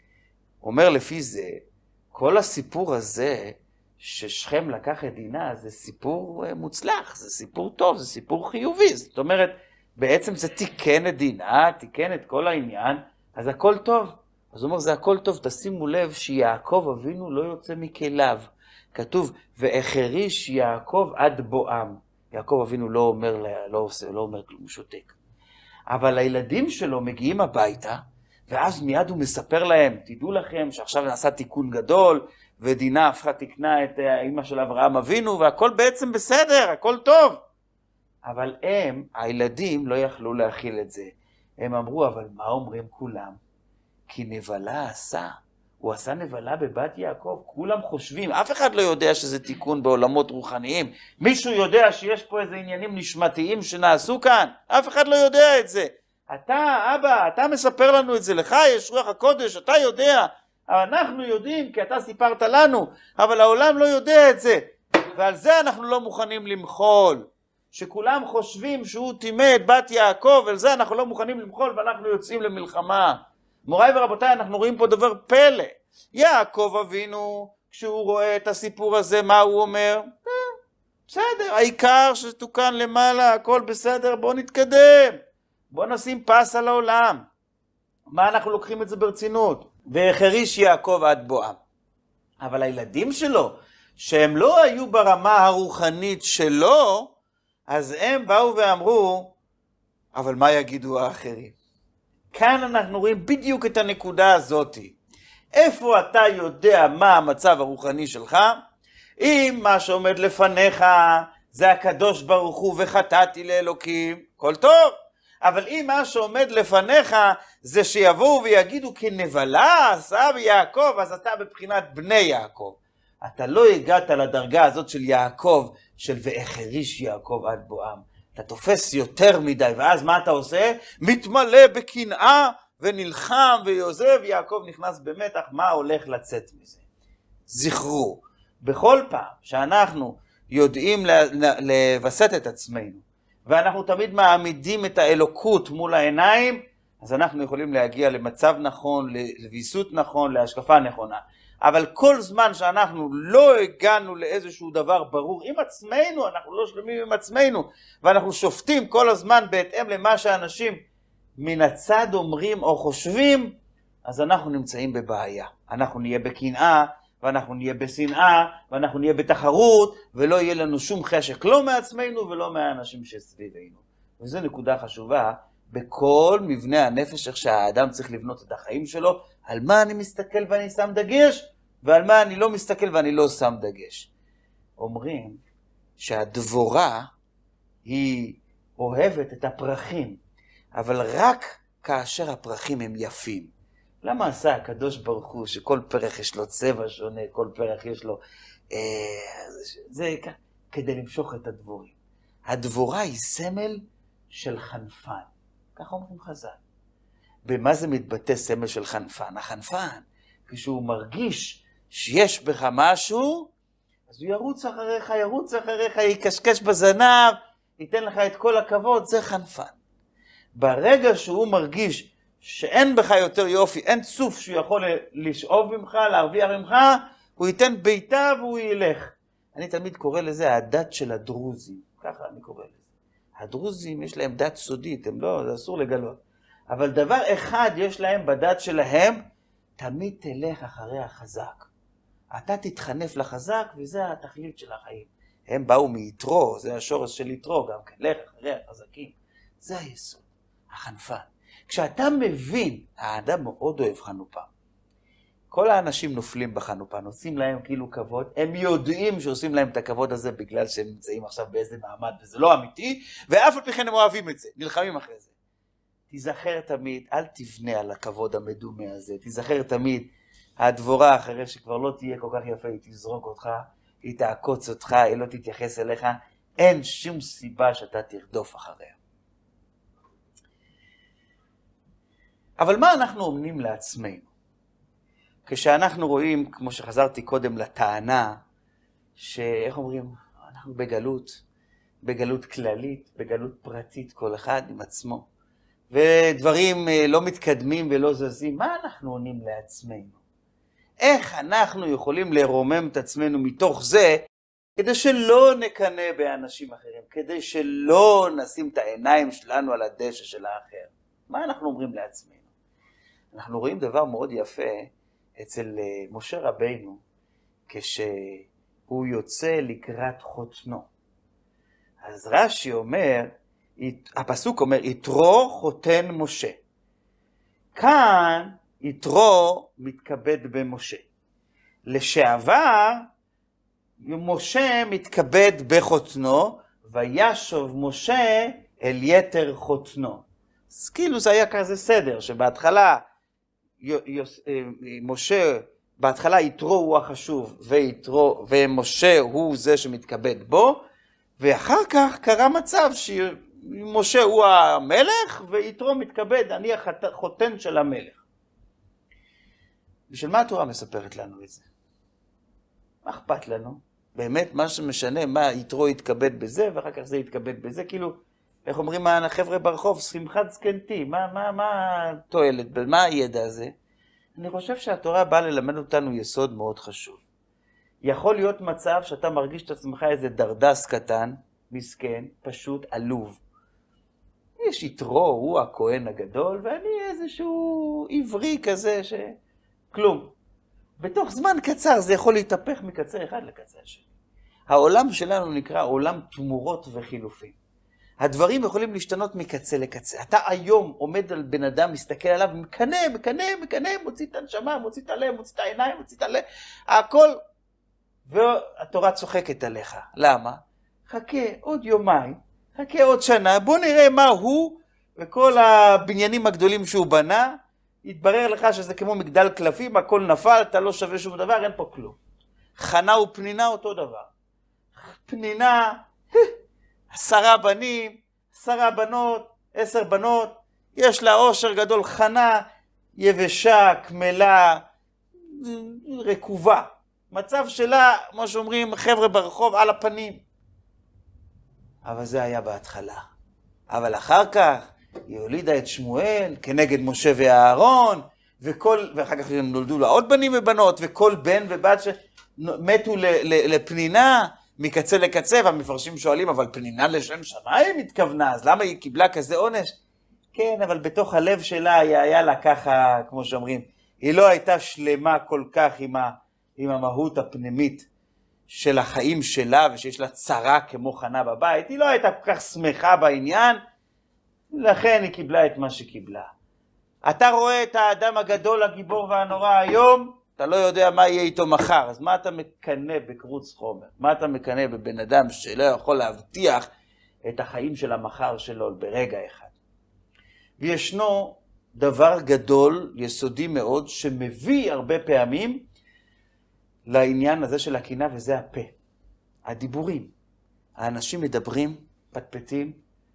אומר לפי זה, כל הסיפור הזה ששכם לקח את דינה, זה סיפור מוצלח, זה סיפור טוב, זה סיפור חיובי. זאת אומרת, בעצם זה תיקן את דינה, תיקן את כל העניין, אז הכל טוב. אז הוא אומר, זה הכל טוב, תשימו לב שיעקב אבינו לא יוצא מכליו. כתוב, והחריש יעקב עד בואם. יעקב אבינו לא אומר, לא אומר כלום, הוא שותק. אבל הילדים שלו מגיעים הביתה, ואז מיד הוא מספר להם, תדעו לכם שעכשיו נעשה תיקון גדול, ודינה הפכה תקנה את האמא של אברהם אבינו, והכל בעצם בסדר, הכל טוב. אבל הם, הילדים, לא יכלו להכיל את זה. הם אמרו, אבל מה אומרים כולם? כי נבלה עשה. הוא עשה נבלה בבת יעקב. כולם חושבים, אף אחד לא יודע שזה תיקון בעולמות רוחניים. מישהו יודע שיש פה איזה עניינים נשמתיים שנעשו כאן? אף אחד לא יודע את זה. אתה, אבא, אתה מספר לנו את זה, לך יש רוח הקודש, אתה יודע. אנחנו יודעים כי אתה סיפרת לנו, אבל העולם לא יודע את זה. ועל זה אנחנו לא מוכנים למחול. שכולם חושבים שהוא טימא את בת יעקב, על זה אנחנו לא מוכנים למחול ואנחנו יוצאים למלחמה. מוריי ורבותיי, אנחנו רואים פה דבר פלא. יעקב אבינו, כשהוא רואה את הסיפור הזה, מה הוא אומר? בסדר, העיקר שתוקן למעלה, הכל בסדר, בוא נתקדם. בוא נשים פס על העולם. מה אנחנו לוקחים את זה ברצינות? והחריש יעקב עד בואם. אבל הילדים שלו, שהם לא היו ברמה הרוחנית שלו, אז הם באו ואמרו, אבל מה יגידו האחרים? כאן אנחנו רואים בדיוק את הנקודה הזאת. איפה אתה יודע מה המצב הרוחני שלך? אם מה שעומד לפניך זה הקדוש ברוך הוא וחטאתי לאלוקים, כל טוב. אבל אם מה שעומד לפניך זה שיבואו ויגידו כנבלה עשה ביעקב, אז אתה בבחינת בני יעקב. אתה לא הגעת לדרגה הזאת של יעקב, של והחריש יעקב עד בואם. אתה תופס יותר מדי, ואז מה אתה עושה? מתמלא בקנאה ונלחם ויוזב. יעקב נכנס במתח, מה הולך לצאת מזה? זכרו, בכל פעם שאנחנו יודעים לבסט את עצמנו, ואנחנו תמיד מעמידים את האלוקות מול העיניים, אז אנחנו יכולים להגיע למצב נכון, לוויסות נכון, להשקפה נכונה. אבל כל זמן שאנחנו לא הגענו לאיזשהו דבר ברור עם עצמנו, אנחנו לא שלמים עם עצמנו, ואנחנו שופטים כל הזמן בהתאם למה שאנשים מן הצד אומרים או חושבים, אז אנחנו נמצאים בבעיה. אנחנו נהיה בקנאה, ואנחנו נהיה בשנאה, ואנחנו נהיה בתחרות, ולא יהיה לנו שום חשק, לא מעצמנו ולא מהאנשים שסביבנו. וזו נקודה חשובה בכל מבנה הנפש, איך שהאדם צריך לבנות את החיים שלו, על מה אני מסתכל ואני שם דגש, ועל מה אני לא מסתכל ואני לא שם דגש. אומרים שהדבורה היא אוהבת את הפרחים, אבל רק כאשר הפרחים הם יפים. למה עשה הקדוש ברוך הוא שכל פרח יש לו צבע שונה, כל פרח יש לו... זה כדי למשוך את הדבורים. הדבורה היא סמל של חנפן. ככה אומרים חז"ל. במה זה מתבטא סמל של חנפן? החנפן, כשהוא מרגיש שיש בך משהו, אז הוא ירוץ אחריך, יקשקש בזנב, ייתן לך את כל הכבוד, זה חנפן. ברגע שהוא מרגיש שאין בך יותר יופי, אין צוף שהוא יכול לשאוב ממך, להרוויח ממך, הוא ייתן ביתה והוא ילך. אני תמיד קורא לזה הדת של הדרוזים, ככה אני קורא לזה. הדרוזים יש להם דת סודית, הם לא, זה אסור לגלות. אבל דבר אחד יש להם בדת שלהם, תמיד תלך אחרי החזק. אתה תתחנף לחזק וזה התכלית של החיים. הם באו מיתרו, זה השורש של יתרו גם כן, לך אחרי החזקים. זה היסוד, החנפן. כשאתה מבין, האדם מאוד אוהב חנופה. כל האנשים נופלים בחנופה, עושים להם כאילו כבוד, הם יודעים שעושים להם את הכבוד הזה בגלל שהם נמצאים עכשיו באיזה מעמד, וזה לא אמיתי, ואף על פי כן הם אוהבים את זה, נלחמים אחרי זה. תיזכר תמיד, אל תבנה על הכבוד המדומה הזה, תיזכר תמיד, הדבורה אחרי שכבר לא תהיה כל כך יפה, היא תזרוק אותך, היא תעקוץ אותך, היא לא תתייחס אליך, אין שום סיבה שאתה תרדוף אחריה. אבל מה אנחנו אומרים לעצמנו? כשאנחנו רואים, כמו שחזרתי קודם לטענה, שאיך אומרים, אנחנו בגלות כללית, בגלות פרטית, כל אחד עם עצמו, ודברים לא מתקדמים ולא זזים, מה אנחנו עונים לעצמנו? איך אנחנו יכולים לרומם את עצמנו מתוך זה, כדי שלא נקנה באנשים אחרים, כדי שלא נשים את העיניים שלנו על הדשא של האחר? מה אנחנו אומרים לעצמנו? אנחנו רואים דבר מאוד יפה אצל משה רבינו, כשהוא יוצא לקראת חותנו. אז רש"י אומר, הפסוק אומר, יתרו חותן משה. כאן יתרו מתכבד במשה. לשעבר, משה מתכבד בחותנו, וישוב משה אל יתר חותנו. אז כאילו זה היה כזה סדר, שבהתחלה משה, בהתחלה יתרו הוא החשוב, ומשה הוא זה שמתכבד בו, ואחר כך קרה מצב שמשה הוא המלך, ויתרו מתכבד, אני החותן של המלך. בשביל מה התורה מספרת לנו את זה? מה אכפת לנו? באמת מה שמשנה, מה יתרו יתכבד בזה, ואחר כך זה יתכבד בזה, כאילו, איך אומרים החבר'ה ברחוב, שמחת זקנתי, מה תועלת, מה הידע הזה? אני חושב שהתורה באה ללמד אותנו יסוד מאוד חשוב. יכול להיות מצב שאתה מרגיש את עצמך איזה דרדס קטן, מסכן, פשוט עלוב. יש יתרו, הוא הכהן הגדול, ואני איזשהו עברי כזה כלום. בתוך זמן קצר זה יכול להתהפך מקצה אחד לקצה השני. העולם שלנו נקרא עולם תמורות וחילופים. הדברים יכולים להשתנות מקצה לקצה. אתה היום עומד על בן אדם, מסתכל עליו, מקנה, מוציא את הנשמה, מוציא את הלב, מוציא את העיניים, מוציא את הלב, הכל. והתורה צוחקת עליך. למה? חכה עוד יומיים, חכה עוד שנה, בוא נראה מה הוא וכל הבניינים הגדולים שהוא בנה, יתברר לך שזה כמו מגדל קלפים, הכל נפל, אתה לא שווה שום דבר, אין פה כלום. חנה ופנינה אותו דבר. פנינה, 10 בנים, 10 בנות, 10 בנות, יש לה עושר גדול. חנה, יבשה, כמלה, רקובה. מצב שלה, כמו שאומרים, חבר'ה ברחוב על הפנים. אבל זה היה בהתחלה. אבל אחר כך, היא הולידה את שמואל כנגד משה ואהרון, ואחר כך נולדו לה עוד בנים ובנות, וכל בן ובת שמתו לפנינה מקצה לקצה, והמפרשים שואלים, אבל פנינה לשם שמיים התכוונה, אז למה היא קיבלה כזה עונש? כן, אבל בתוך הלב שלה היה לה ככה, כמו שאומרים, היא לא הייתה שלמה כל כך עם המהות הפנימית של החיים שלה, ושיש לה צרה כמו חנה בבית, היא לא הייתה כל כך שמחה בעניין, לכן היא קיבלה את מה שקיבלה. אתה רואה את האדם הגדול, הגיבור והנורא היום, אתה לא יודע מה יהיה איתו מחר, אז מה אתה מקנה בקרוץ חומר? מה אתה מקנה בבן אדם שלא יכול להבטיח את החיים של המחר שלו ברגע אחד? וישנו דבר גדול, יסודי מאוד, שמביא הרבה פעמים לעניין הזה של הקנאה, וזה הפה. הדיבורים. האנשים מדברים, פטפטים,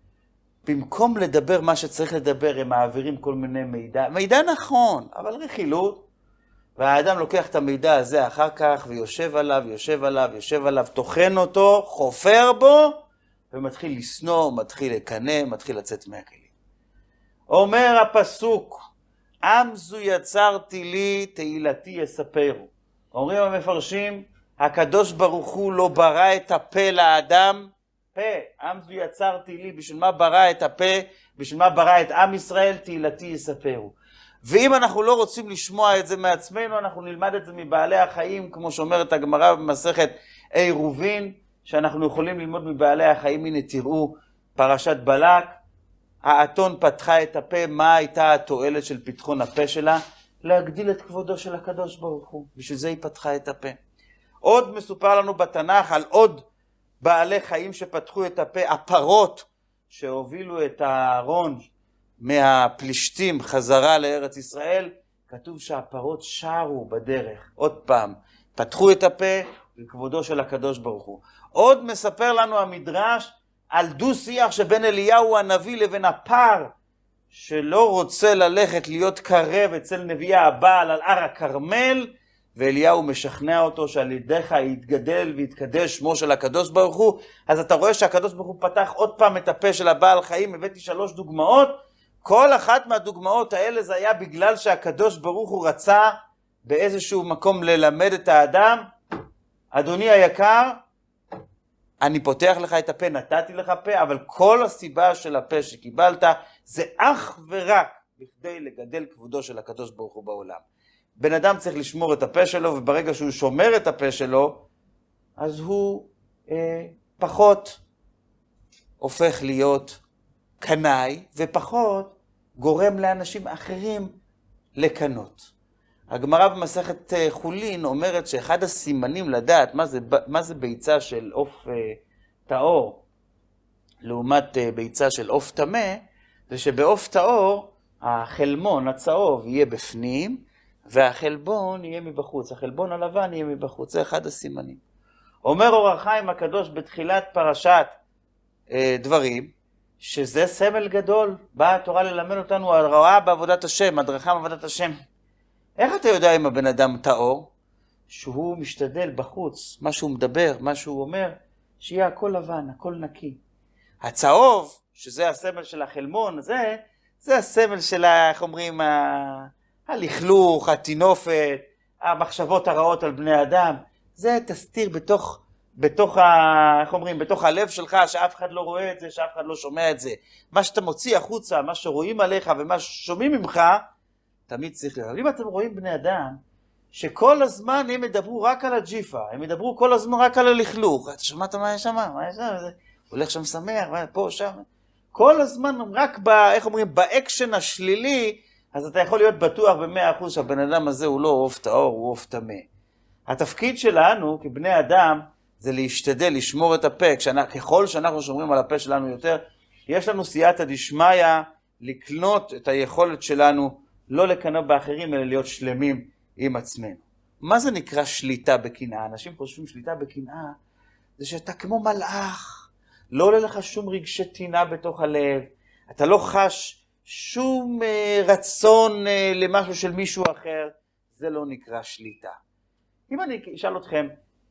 במקום לדבר מה שצריך לדבר, הם מעבירים כל מיני מידע. מידע נכון, אבל רכילות. והאדם לוקח את המידע הזה אחר כך, ויושב עליו, יושב עליו, יושב עליו, תוכן אותו, חופר בו, ומתחיל לסנוע, מתחיל לקנא, מתחיל לצאת מהכלים. אומר הפסוק, עם זו יצרתי לי, תהילתי יספרו. אומרים המפרשים, הקדוש ברוך הוא לא ברא את הפה לאדם, פה, עם זו יצרתי לי, בשביל מה ברא את הפה, בשביל מה ברא את עם ישראל, תהילתי יספרו. ואם אנחנו לא רוצים לשמוע את זה מעצמנו, אנחנו נלמד את זה מבעלי החיים, כמו שאומרת הגמרא במסכת עירובין, שאנחנו יכולים ללמוד מבעלי החיים. הנה תראו, פרשת בלק, האתון פתחה את הפה, מה הייתה התועלת של פתחון הפה שלה? להגדיל את כבודו של הקדוש ברוך הוא, בשביל זה היא פתחה את הפה. עוד מסופר לנו בתנ"ך על עוד בעלי חיים שפתחו את הפה, הפרות שהובילו את הארון מהפלישתים חזרה לארץ ישראל, כתוב שהפרות שרו בדרך, עוד פעם, פתחו את הפה לכבודו של הקדוש ברוך הוא. עוד מספר לנו המדרש על דו שיח שבין אליהו הנביא לבין הפר, שלא רוצה ללכת להיות קרב אצל נביאי הבעל על הר הכרמל, ואליהו משכנע אותו שעל ידיך יתגדל ויתקדש שמו של הקדוש ברוך הוא. אז אתה רואה שהקדוש ברוך הוא פתח עוד פעם את הפה של הבעל חיים. הבאתי 3 דוגמאות, כל אחת מהדוגמאות האלה זה היה בגלל שהקדוש ברוך הוא רצה באיזשהו מקום ללמד את האדם, אדוני היקר, אני פותח לך את הפה, נתתי לך פה, אבל כל הסיבה של הפה שקיבלת זה אך ורק בכדי לגדל כבודו של הקדוש ברוך הוא בעולם. בן אדם צריך לשמור את הפה שלו, וברגע שהוא שומר את הפה שלו, אז הוא פחות הופך להיות קנאי, ופחות גורם לאנשים אחרים לקנות. הגמרא במסכת חולין אומרת שאחד הסימנים לדעת מה זה ביצה של עוף טהור לעומת ביצה של עוף טמא, זה שבעוף טהור החלמון הצהוב יהיה בפנים והחלבון יהיה מבחוץ, החלבון הלבן יהיה מבחוץ. זה אחד הסימנים. אומר אור החיים הקדוש בתחילת פרשת דברים, שזה סמל גדול. באה התורה ללמד אותנו הוראה בעבודת השם, הדרכה בעבודת השם. איך אתה יודע אם הבן אדם טהור? שהוא משתדל בחוץ, מה שהוא מדבר, מה שהוא אומר, שיהיה הכל לבן, הכל נקי. הצהוב, שזה הסמל של החלמון, זה הסמל של, איך אומרים, הלכלוך, התינופת, המחשבות הרעות על בני אדם. זה תסתיר בתוך הלב שלך, שאף אחד לא רואה את זה, שאף אחד לא שומע את זה. מה שאתה מוציא החוצה, מה שרואים עליך ומה ששומעים ממך, תמיד צריך לראות. אם אתם רואים בני אדם, שכל הזמן הם ידברו רק על הג'יפה, הם ידברו כל הזמן רק על הלכלוך, אתה שמעת מה יש שם? מה יש שם? הולך שם שמח, פה, שם. כל הזמן רק באקשן השלילי, אז אתה יכול להיות בטוח ב100% שהבן אדם הזה הוא לא עוף טהור, הוא עוף טמא. התפקיד שלנו כבני אדם זה להשתדל, לשמור את הפה. ככל שאנחנו שומרים על הפה שלנו יותר, יש לנו סייעתא דשמיא לקנות את היכולת שלנו לא לקנא באחרים, אלא להיות שלמים עם עצמנו. מה זה נקרא שליטה בקנאה? אנשים חושבים שליטה בקנאה זה שאתה כמו מלאך, לא עולה לך שום רגשי טינה בתוך הלב, אתה לא חש שום רצון למשהו של מישהו אחר, זה לא נקרא שליטה. אם אני אשאל אתכם,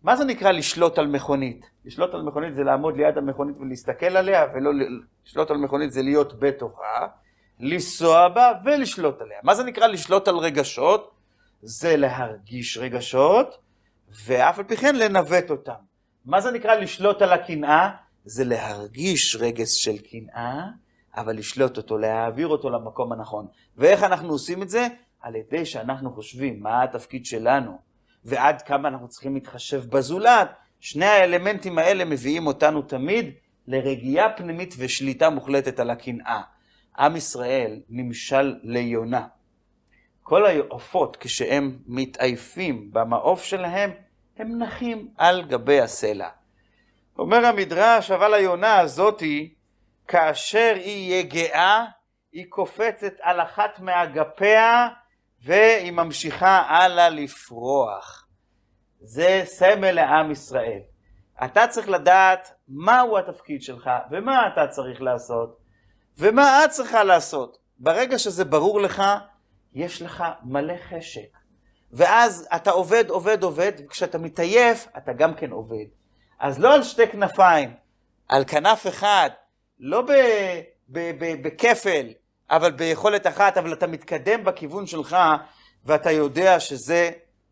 מה זה נקרא לשלוט על מכונית? לשלוט על מכונית זה לעמוד ליד המכונית ולהסתכל עליה, ולא לשלוט על מכונית זה להיות בתוכה, לנסוע בה ולשלוט עליה. מה זה נקרא לשלוט על רגשות? זה להרגיש רגשות, ואף על פי כן לנווט אותם. מה זה נקרא לשלוט על הקנאה? זה להרגיש רגש של קנאה, אבל לשלוט אותו, להעביר אותו למקום הנכון. ואיך אנחנו עושים את זה? על ידי שאנחנו חושבים מה התפקיד שלנו, ועד כמה אנחנו צריכים להתחשב בזולת. שני האלמנטים האלה מביאים אותנו תמיד לרגיעה פנימית ושליטה מוחלטת על הקנאה. עם ישראל נמשל ליונה. כל העופות כשהם מתעייפים במעוף שלהם, הם נחים על גבי הסלע. אומר המדרש, אבל היונה הזאתי, כאשר היא יגעה, היא קופצת על אחת מאגפיה, והיא ממשיכה הלאה לפרוח. זה סמל לעם ישראל. אתה צריך לדעת מהו התפקיד שלך, ומה אתה צריך לעשות, ומה את צריכה לעשות. ברגע שזה ברור לך, יש לך מלא חשק. ואז אתה עובד, וכשאתה מתעייף, אתה גם כן עובד. אז לא על שתי כנפיים, על כנף אחד, לא בכפל, אבל ביכולת אחת, אבל אתה מתקדם בכיוון שלך, ואתה יודע שזה,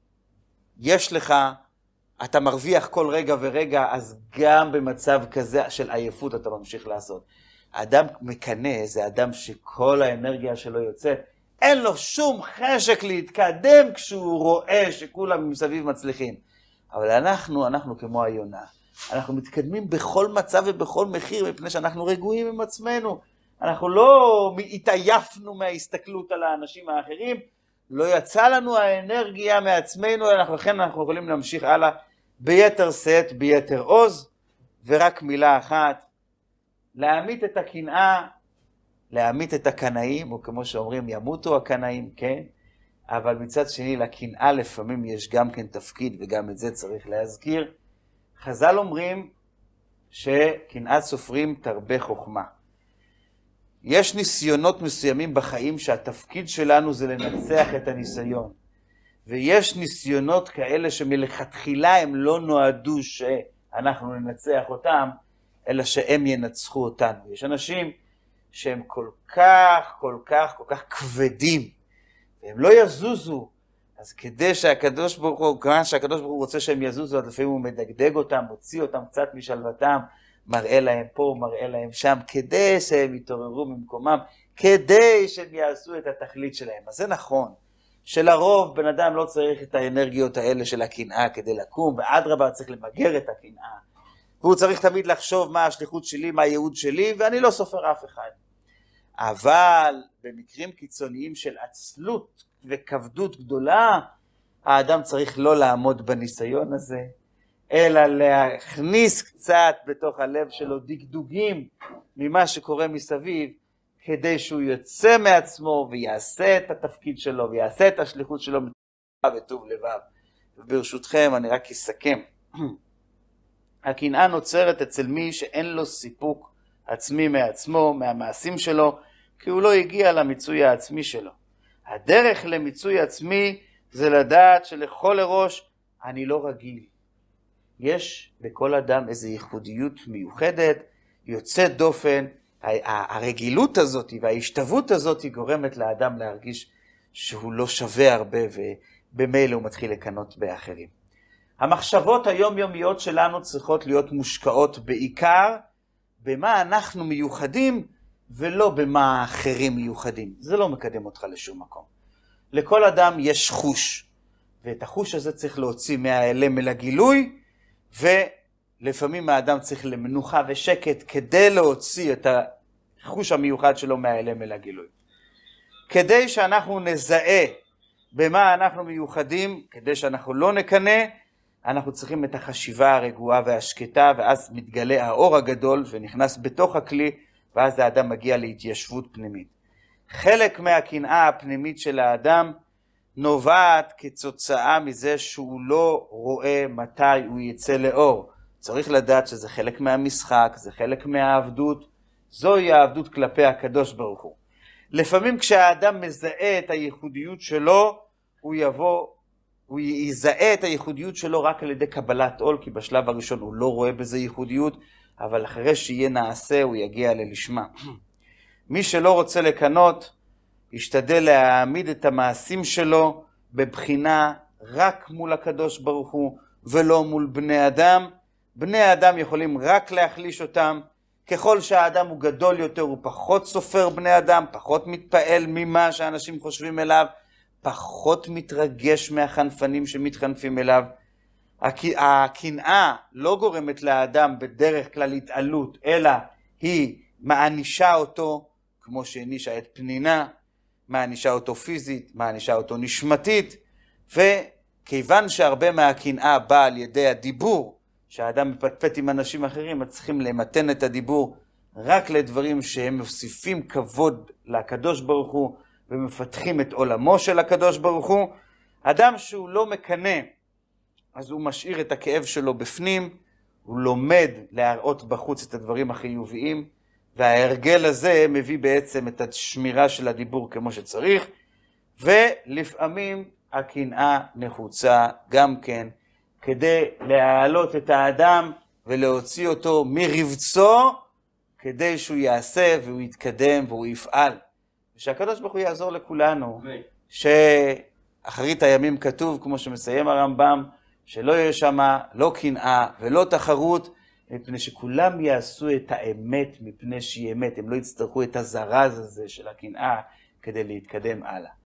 יש לך, אתה מרוויח כל רגע ורגע, אז גם במצב כזה של עייפות אתה ממשיך לעשות. האדם מקנה, זה אדם שכל האנרגיה שלו יוצאת, אין לו שום חשק להתקדם כשהוא רואה שכולם מסביב מצליחים. אבל אנחנו כמו היונה. אנחנו מתקדמים בכל מצב ובכל מחיר, מפני שאנחנו רגועים עם עצמנו. אנחנו לא התעייפנו מההסתכלות על האנשים האחרים, לא יצא לנו האנרגיה מעצמנו, לכן אנחנו יכולים להמשיך הלאה ביתר שאת, ביתר עוז. ורק מילה אחת, להמית את הקנאה, להמית את הקנאים, או כמו שאומרים, ימותו הקנאים, כן? אבל מצד שני, לקנאה לפעמים יש גם כן תפקיד, וגם את זה צריך להזכיר. חז"ל אומרים שקנאת סופרים תרבה חוכמה. יש ניסיונות מסוימים בחיים שהתפקיד שלנו זה לנצח את הניסיון. ויש ניסיונות כאלה שמלכתחילה הם לא נועדו שאנחנו ננצח אותם, אלא שהם ינצחו אותנו. יש אנשים שהם כל כך כבדים, והם לא יזוזו. אז כדי שהקדוש ברוך הוא, כיוון שהקדוש ברוך הוא רוצה שהם יזוזו, אז לפעמים הוא מדגדג אותם, מוציא אותם קצת משלוותם, מראה להם פה, מראה להם שם, כדי שהם יתעוררו ממקומם, כדי שהם יעשו את התכלית שלהם. אז זה נכון, שלרוב בן אדם לא צריך את האנרגיות האלה של הקנאה כדי לקום, ואדרבה צריך למגר את הקנאה. והוא צריך תמיד לחשוב מה השליחות שלי, מה הייעוד שלי, ואני לא סופר אף אחד. אבל במקרים קיצוניים של עצלות וכבדות גדולה, האדם צריך לא לעמוד בניסיון הזה, אלא להכניס קצת בתוך הלב שלו דגדוגים ממה שקורה מסביב, כדי שהוא יוצא מעצמו ויעשה את התפקיד שלו, ויעשה את השליחות שלו וטוב לבב. וברשותכם אני רק אסכם. הקנאה נוצרת אצל מי שאין לו סיפוק עצמי מעצמו, מהמעשים שלו, כי הוא לא הגיע למיצוי העצמי שלו. הדרך למיצוי עצמי זה לדעת שלכל לראש אני לא רגיל. יש בכל אדם איזו ייחודיות מיוחדת, יוצאת דופן. הרגילות הזאת וההשתוות הזאת גורמת לאדם להרגיש שהוא לא שווה הרבה, ובמילא הוא מתחיל לקנות באחרים. המחשבות היומיומיות שלנו צריכות להיות מושקעות בעיקר במה אנחנו מיוחדים, ולא במה אחרים מיוחדים. זה לא מקדם אותך לשום מקום. לכל אדם יש חוש, ואת החוש הזה צריך להוציא מהאלם אל הגילוי, ולפעמים האדם צריך למנוחה ושקט כדי להוציא את החוש המיוחד שלו מהאלם אל הגילוי. כדי שאנחנו נזהה במה אנחנו מיוחדים, כדי שאנחנו לא נקנה, אנחנו צריכים את החשיבה הרגועה והשקטה, ואז מתגלה האור הגדול ונכנס בתוך הכלי, ואז האדם מגיע להתיישבות פנימית. חלק מהקנאה הפנימית של האדם נובעת כתוצאה מזה שהוא לא רואה מתי הוא יצא לאור. צריך לדעת שזה חלק מהמשחק, זה חלק מהעבדות, זוהי העבדות כלפי הקדוש ברוך הוא. לפעמים כשהאדם מזהה את הייחודיות שלו, הוא יבוא הוא יזהה את הייחודיות שלו רק על ידי קבלת עול, כי בשלב הראשון הוא לא רואה בזה ייחודיות, אבל אחרי שיהיה נעשה הוא יגיע ללשמה. מי שלא רוצה לקנות, ישתדל להעמיד את המעשים שלו בבחינה רק מול הקדוש ברוך הוא, ולא מול בני אדם. בני אדם יכולים רק להחליש אותם. ככל שהאדם הוא גדול יותר, הוא פחות סופר בני אדם, פחות מתפעל ממה שאנשים חושבים אליו, פחות מתרגש מהחנפנים שמתחנפים אליו. הקנאה לא גורמת לאדם בדרך כלל התעלות, אלא היא מענישה אותו, כמו שהענישה את פנינה, מענישה אותו פיזית, מענישה אותו נשמתית, וכיוון שהרבה מהקנאה באה על ידי הדיבור, שהאדם מפטפט עם אנשים אחרים, צריכים למתן את הדיבור רק לדברים שהם מוסיפים כבוד לקדוש ברוך הוא, ומפתחים את עולמו של הקדוש ברוך הוא. אדם שהוא לא מקנא, אז הוא משאיר את הכאב שלו בפנים, הוא לומד להראות בחוץ את הדברים החיוביים, וההרגל הזה מביא בעצם את השמירה של הדיבור כמו שצריך, ולפעמים הקנאה נחוצה גם כן, כדי להעלות את האדם ולהוציא אותו מרבצו, כדי שהוא יעשה והוא יתקדם והוא יפעל. ושהקדוש ברוך הוא יעזור לכולנו, שאחרית הימים כתוב, כמו שמסיים הרמב"ם, שלא יהיה שם לא קנאה ולא תחרות, מפני שכולם יעשו את האמת מפני שהיא אמת, הם לא יצטרכו את הזרז הזה של הקנאה כדי להתקדם הלאה.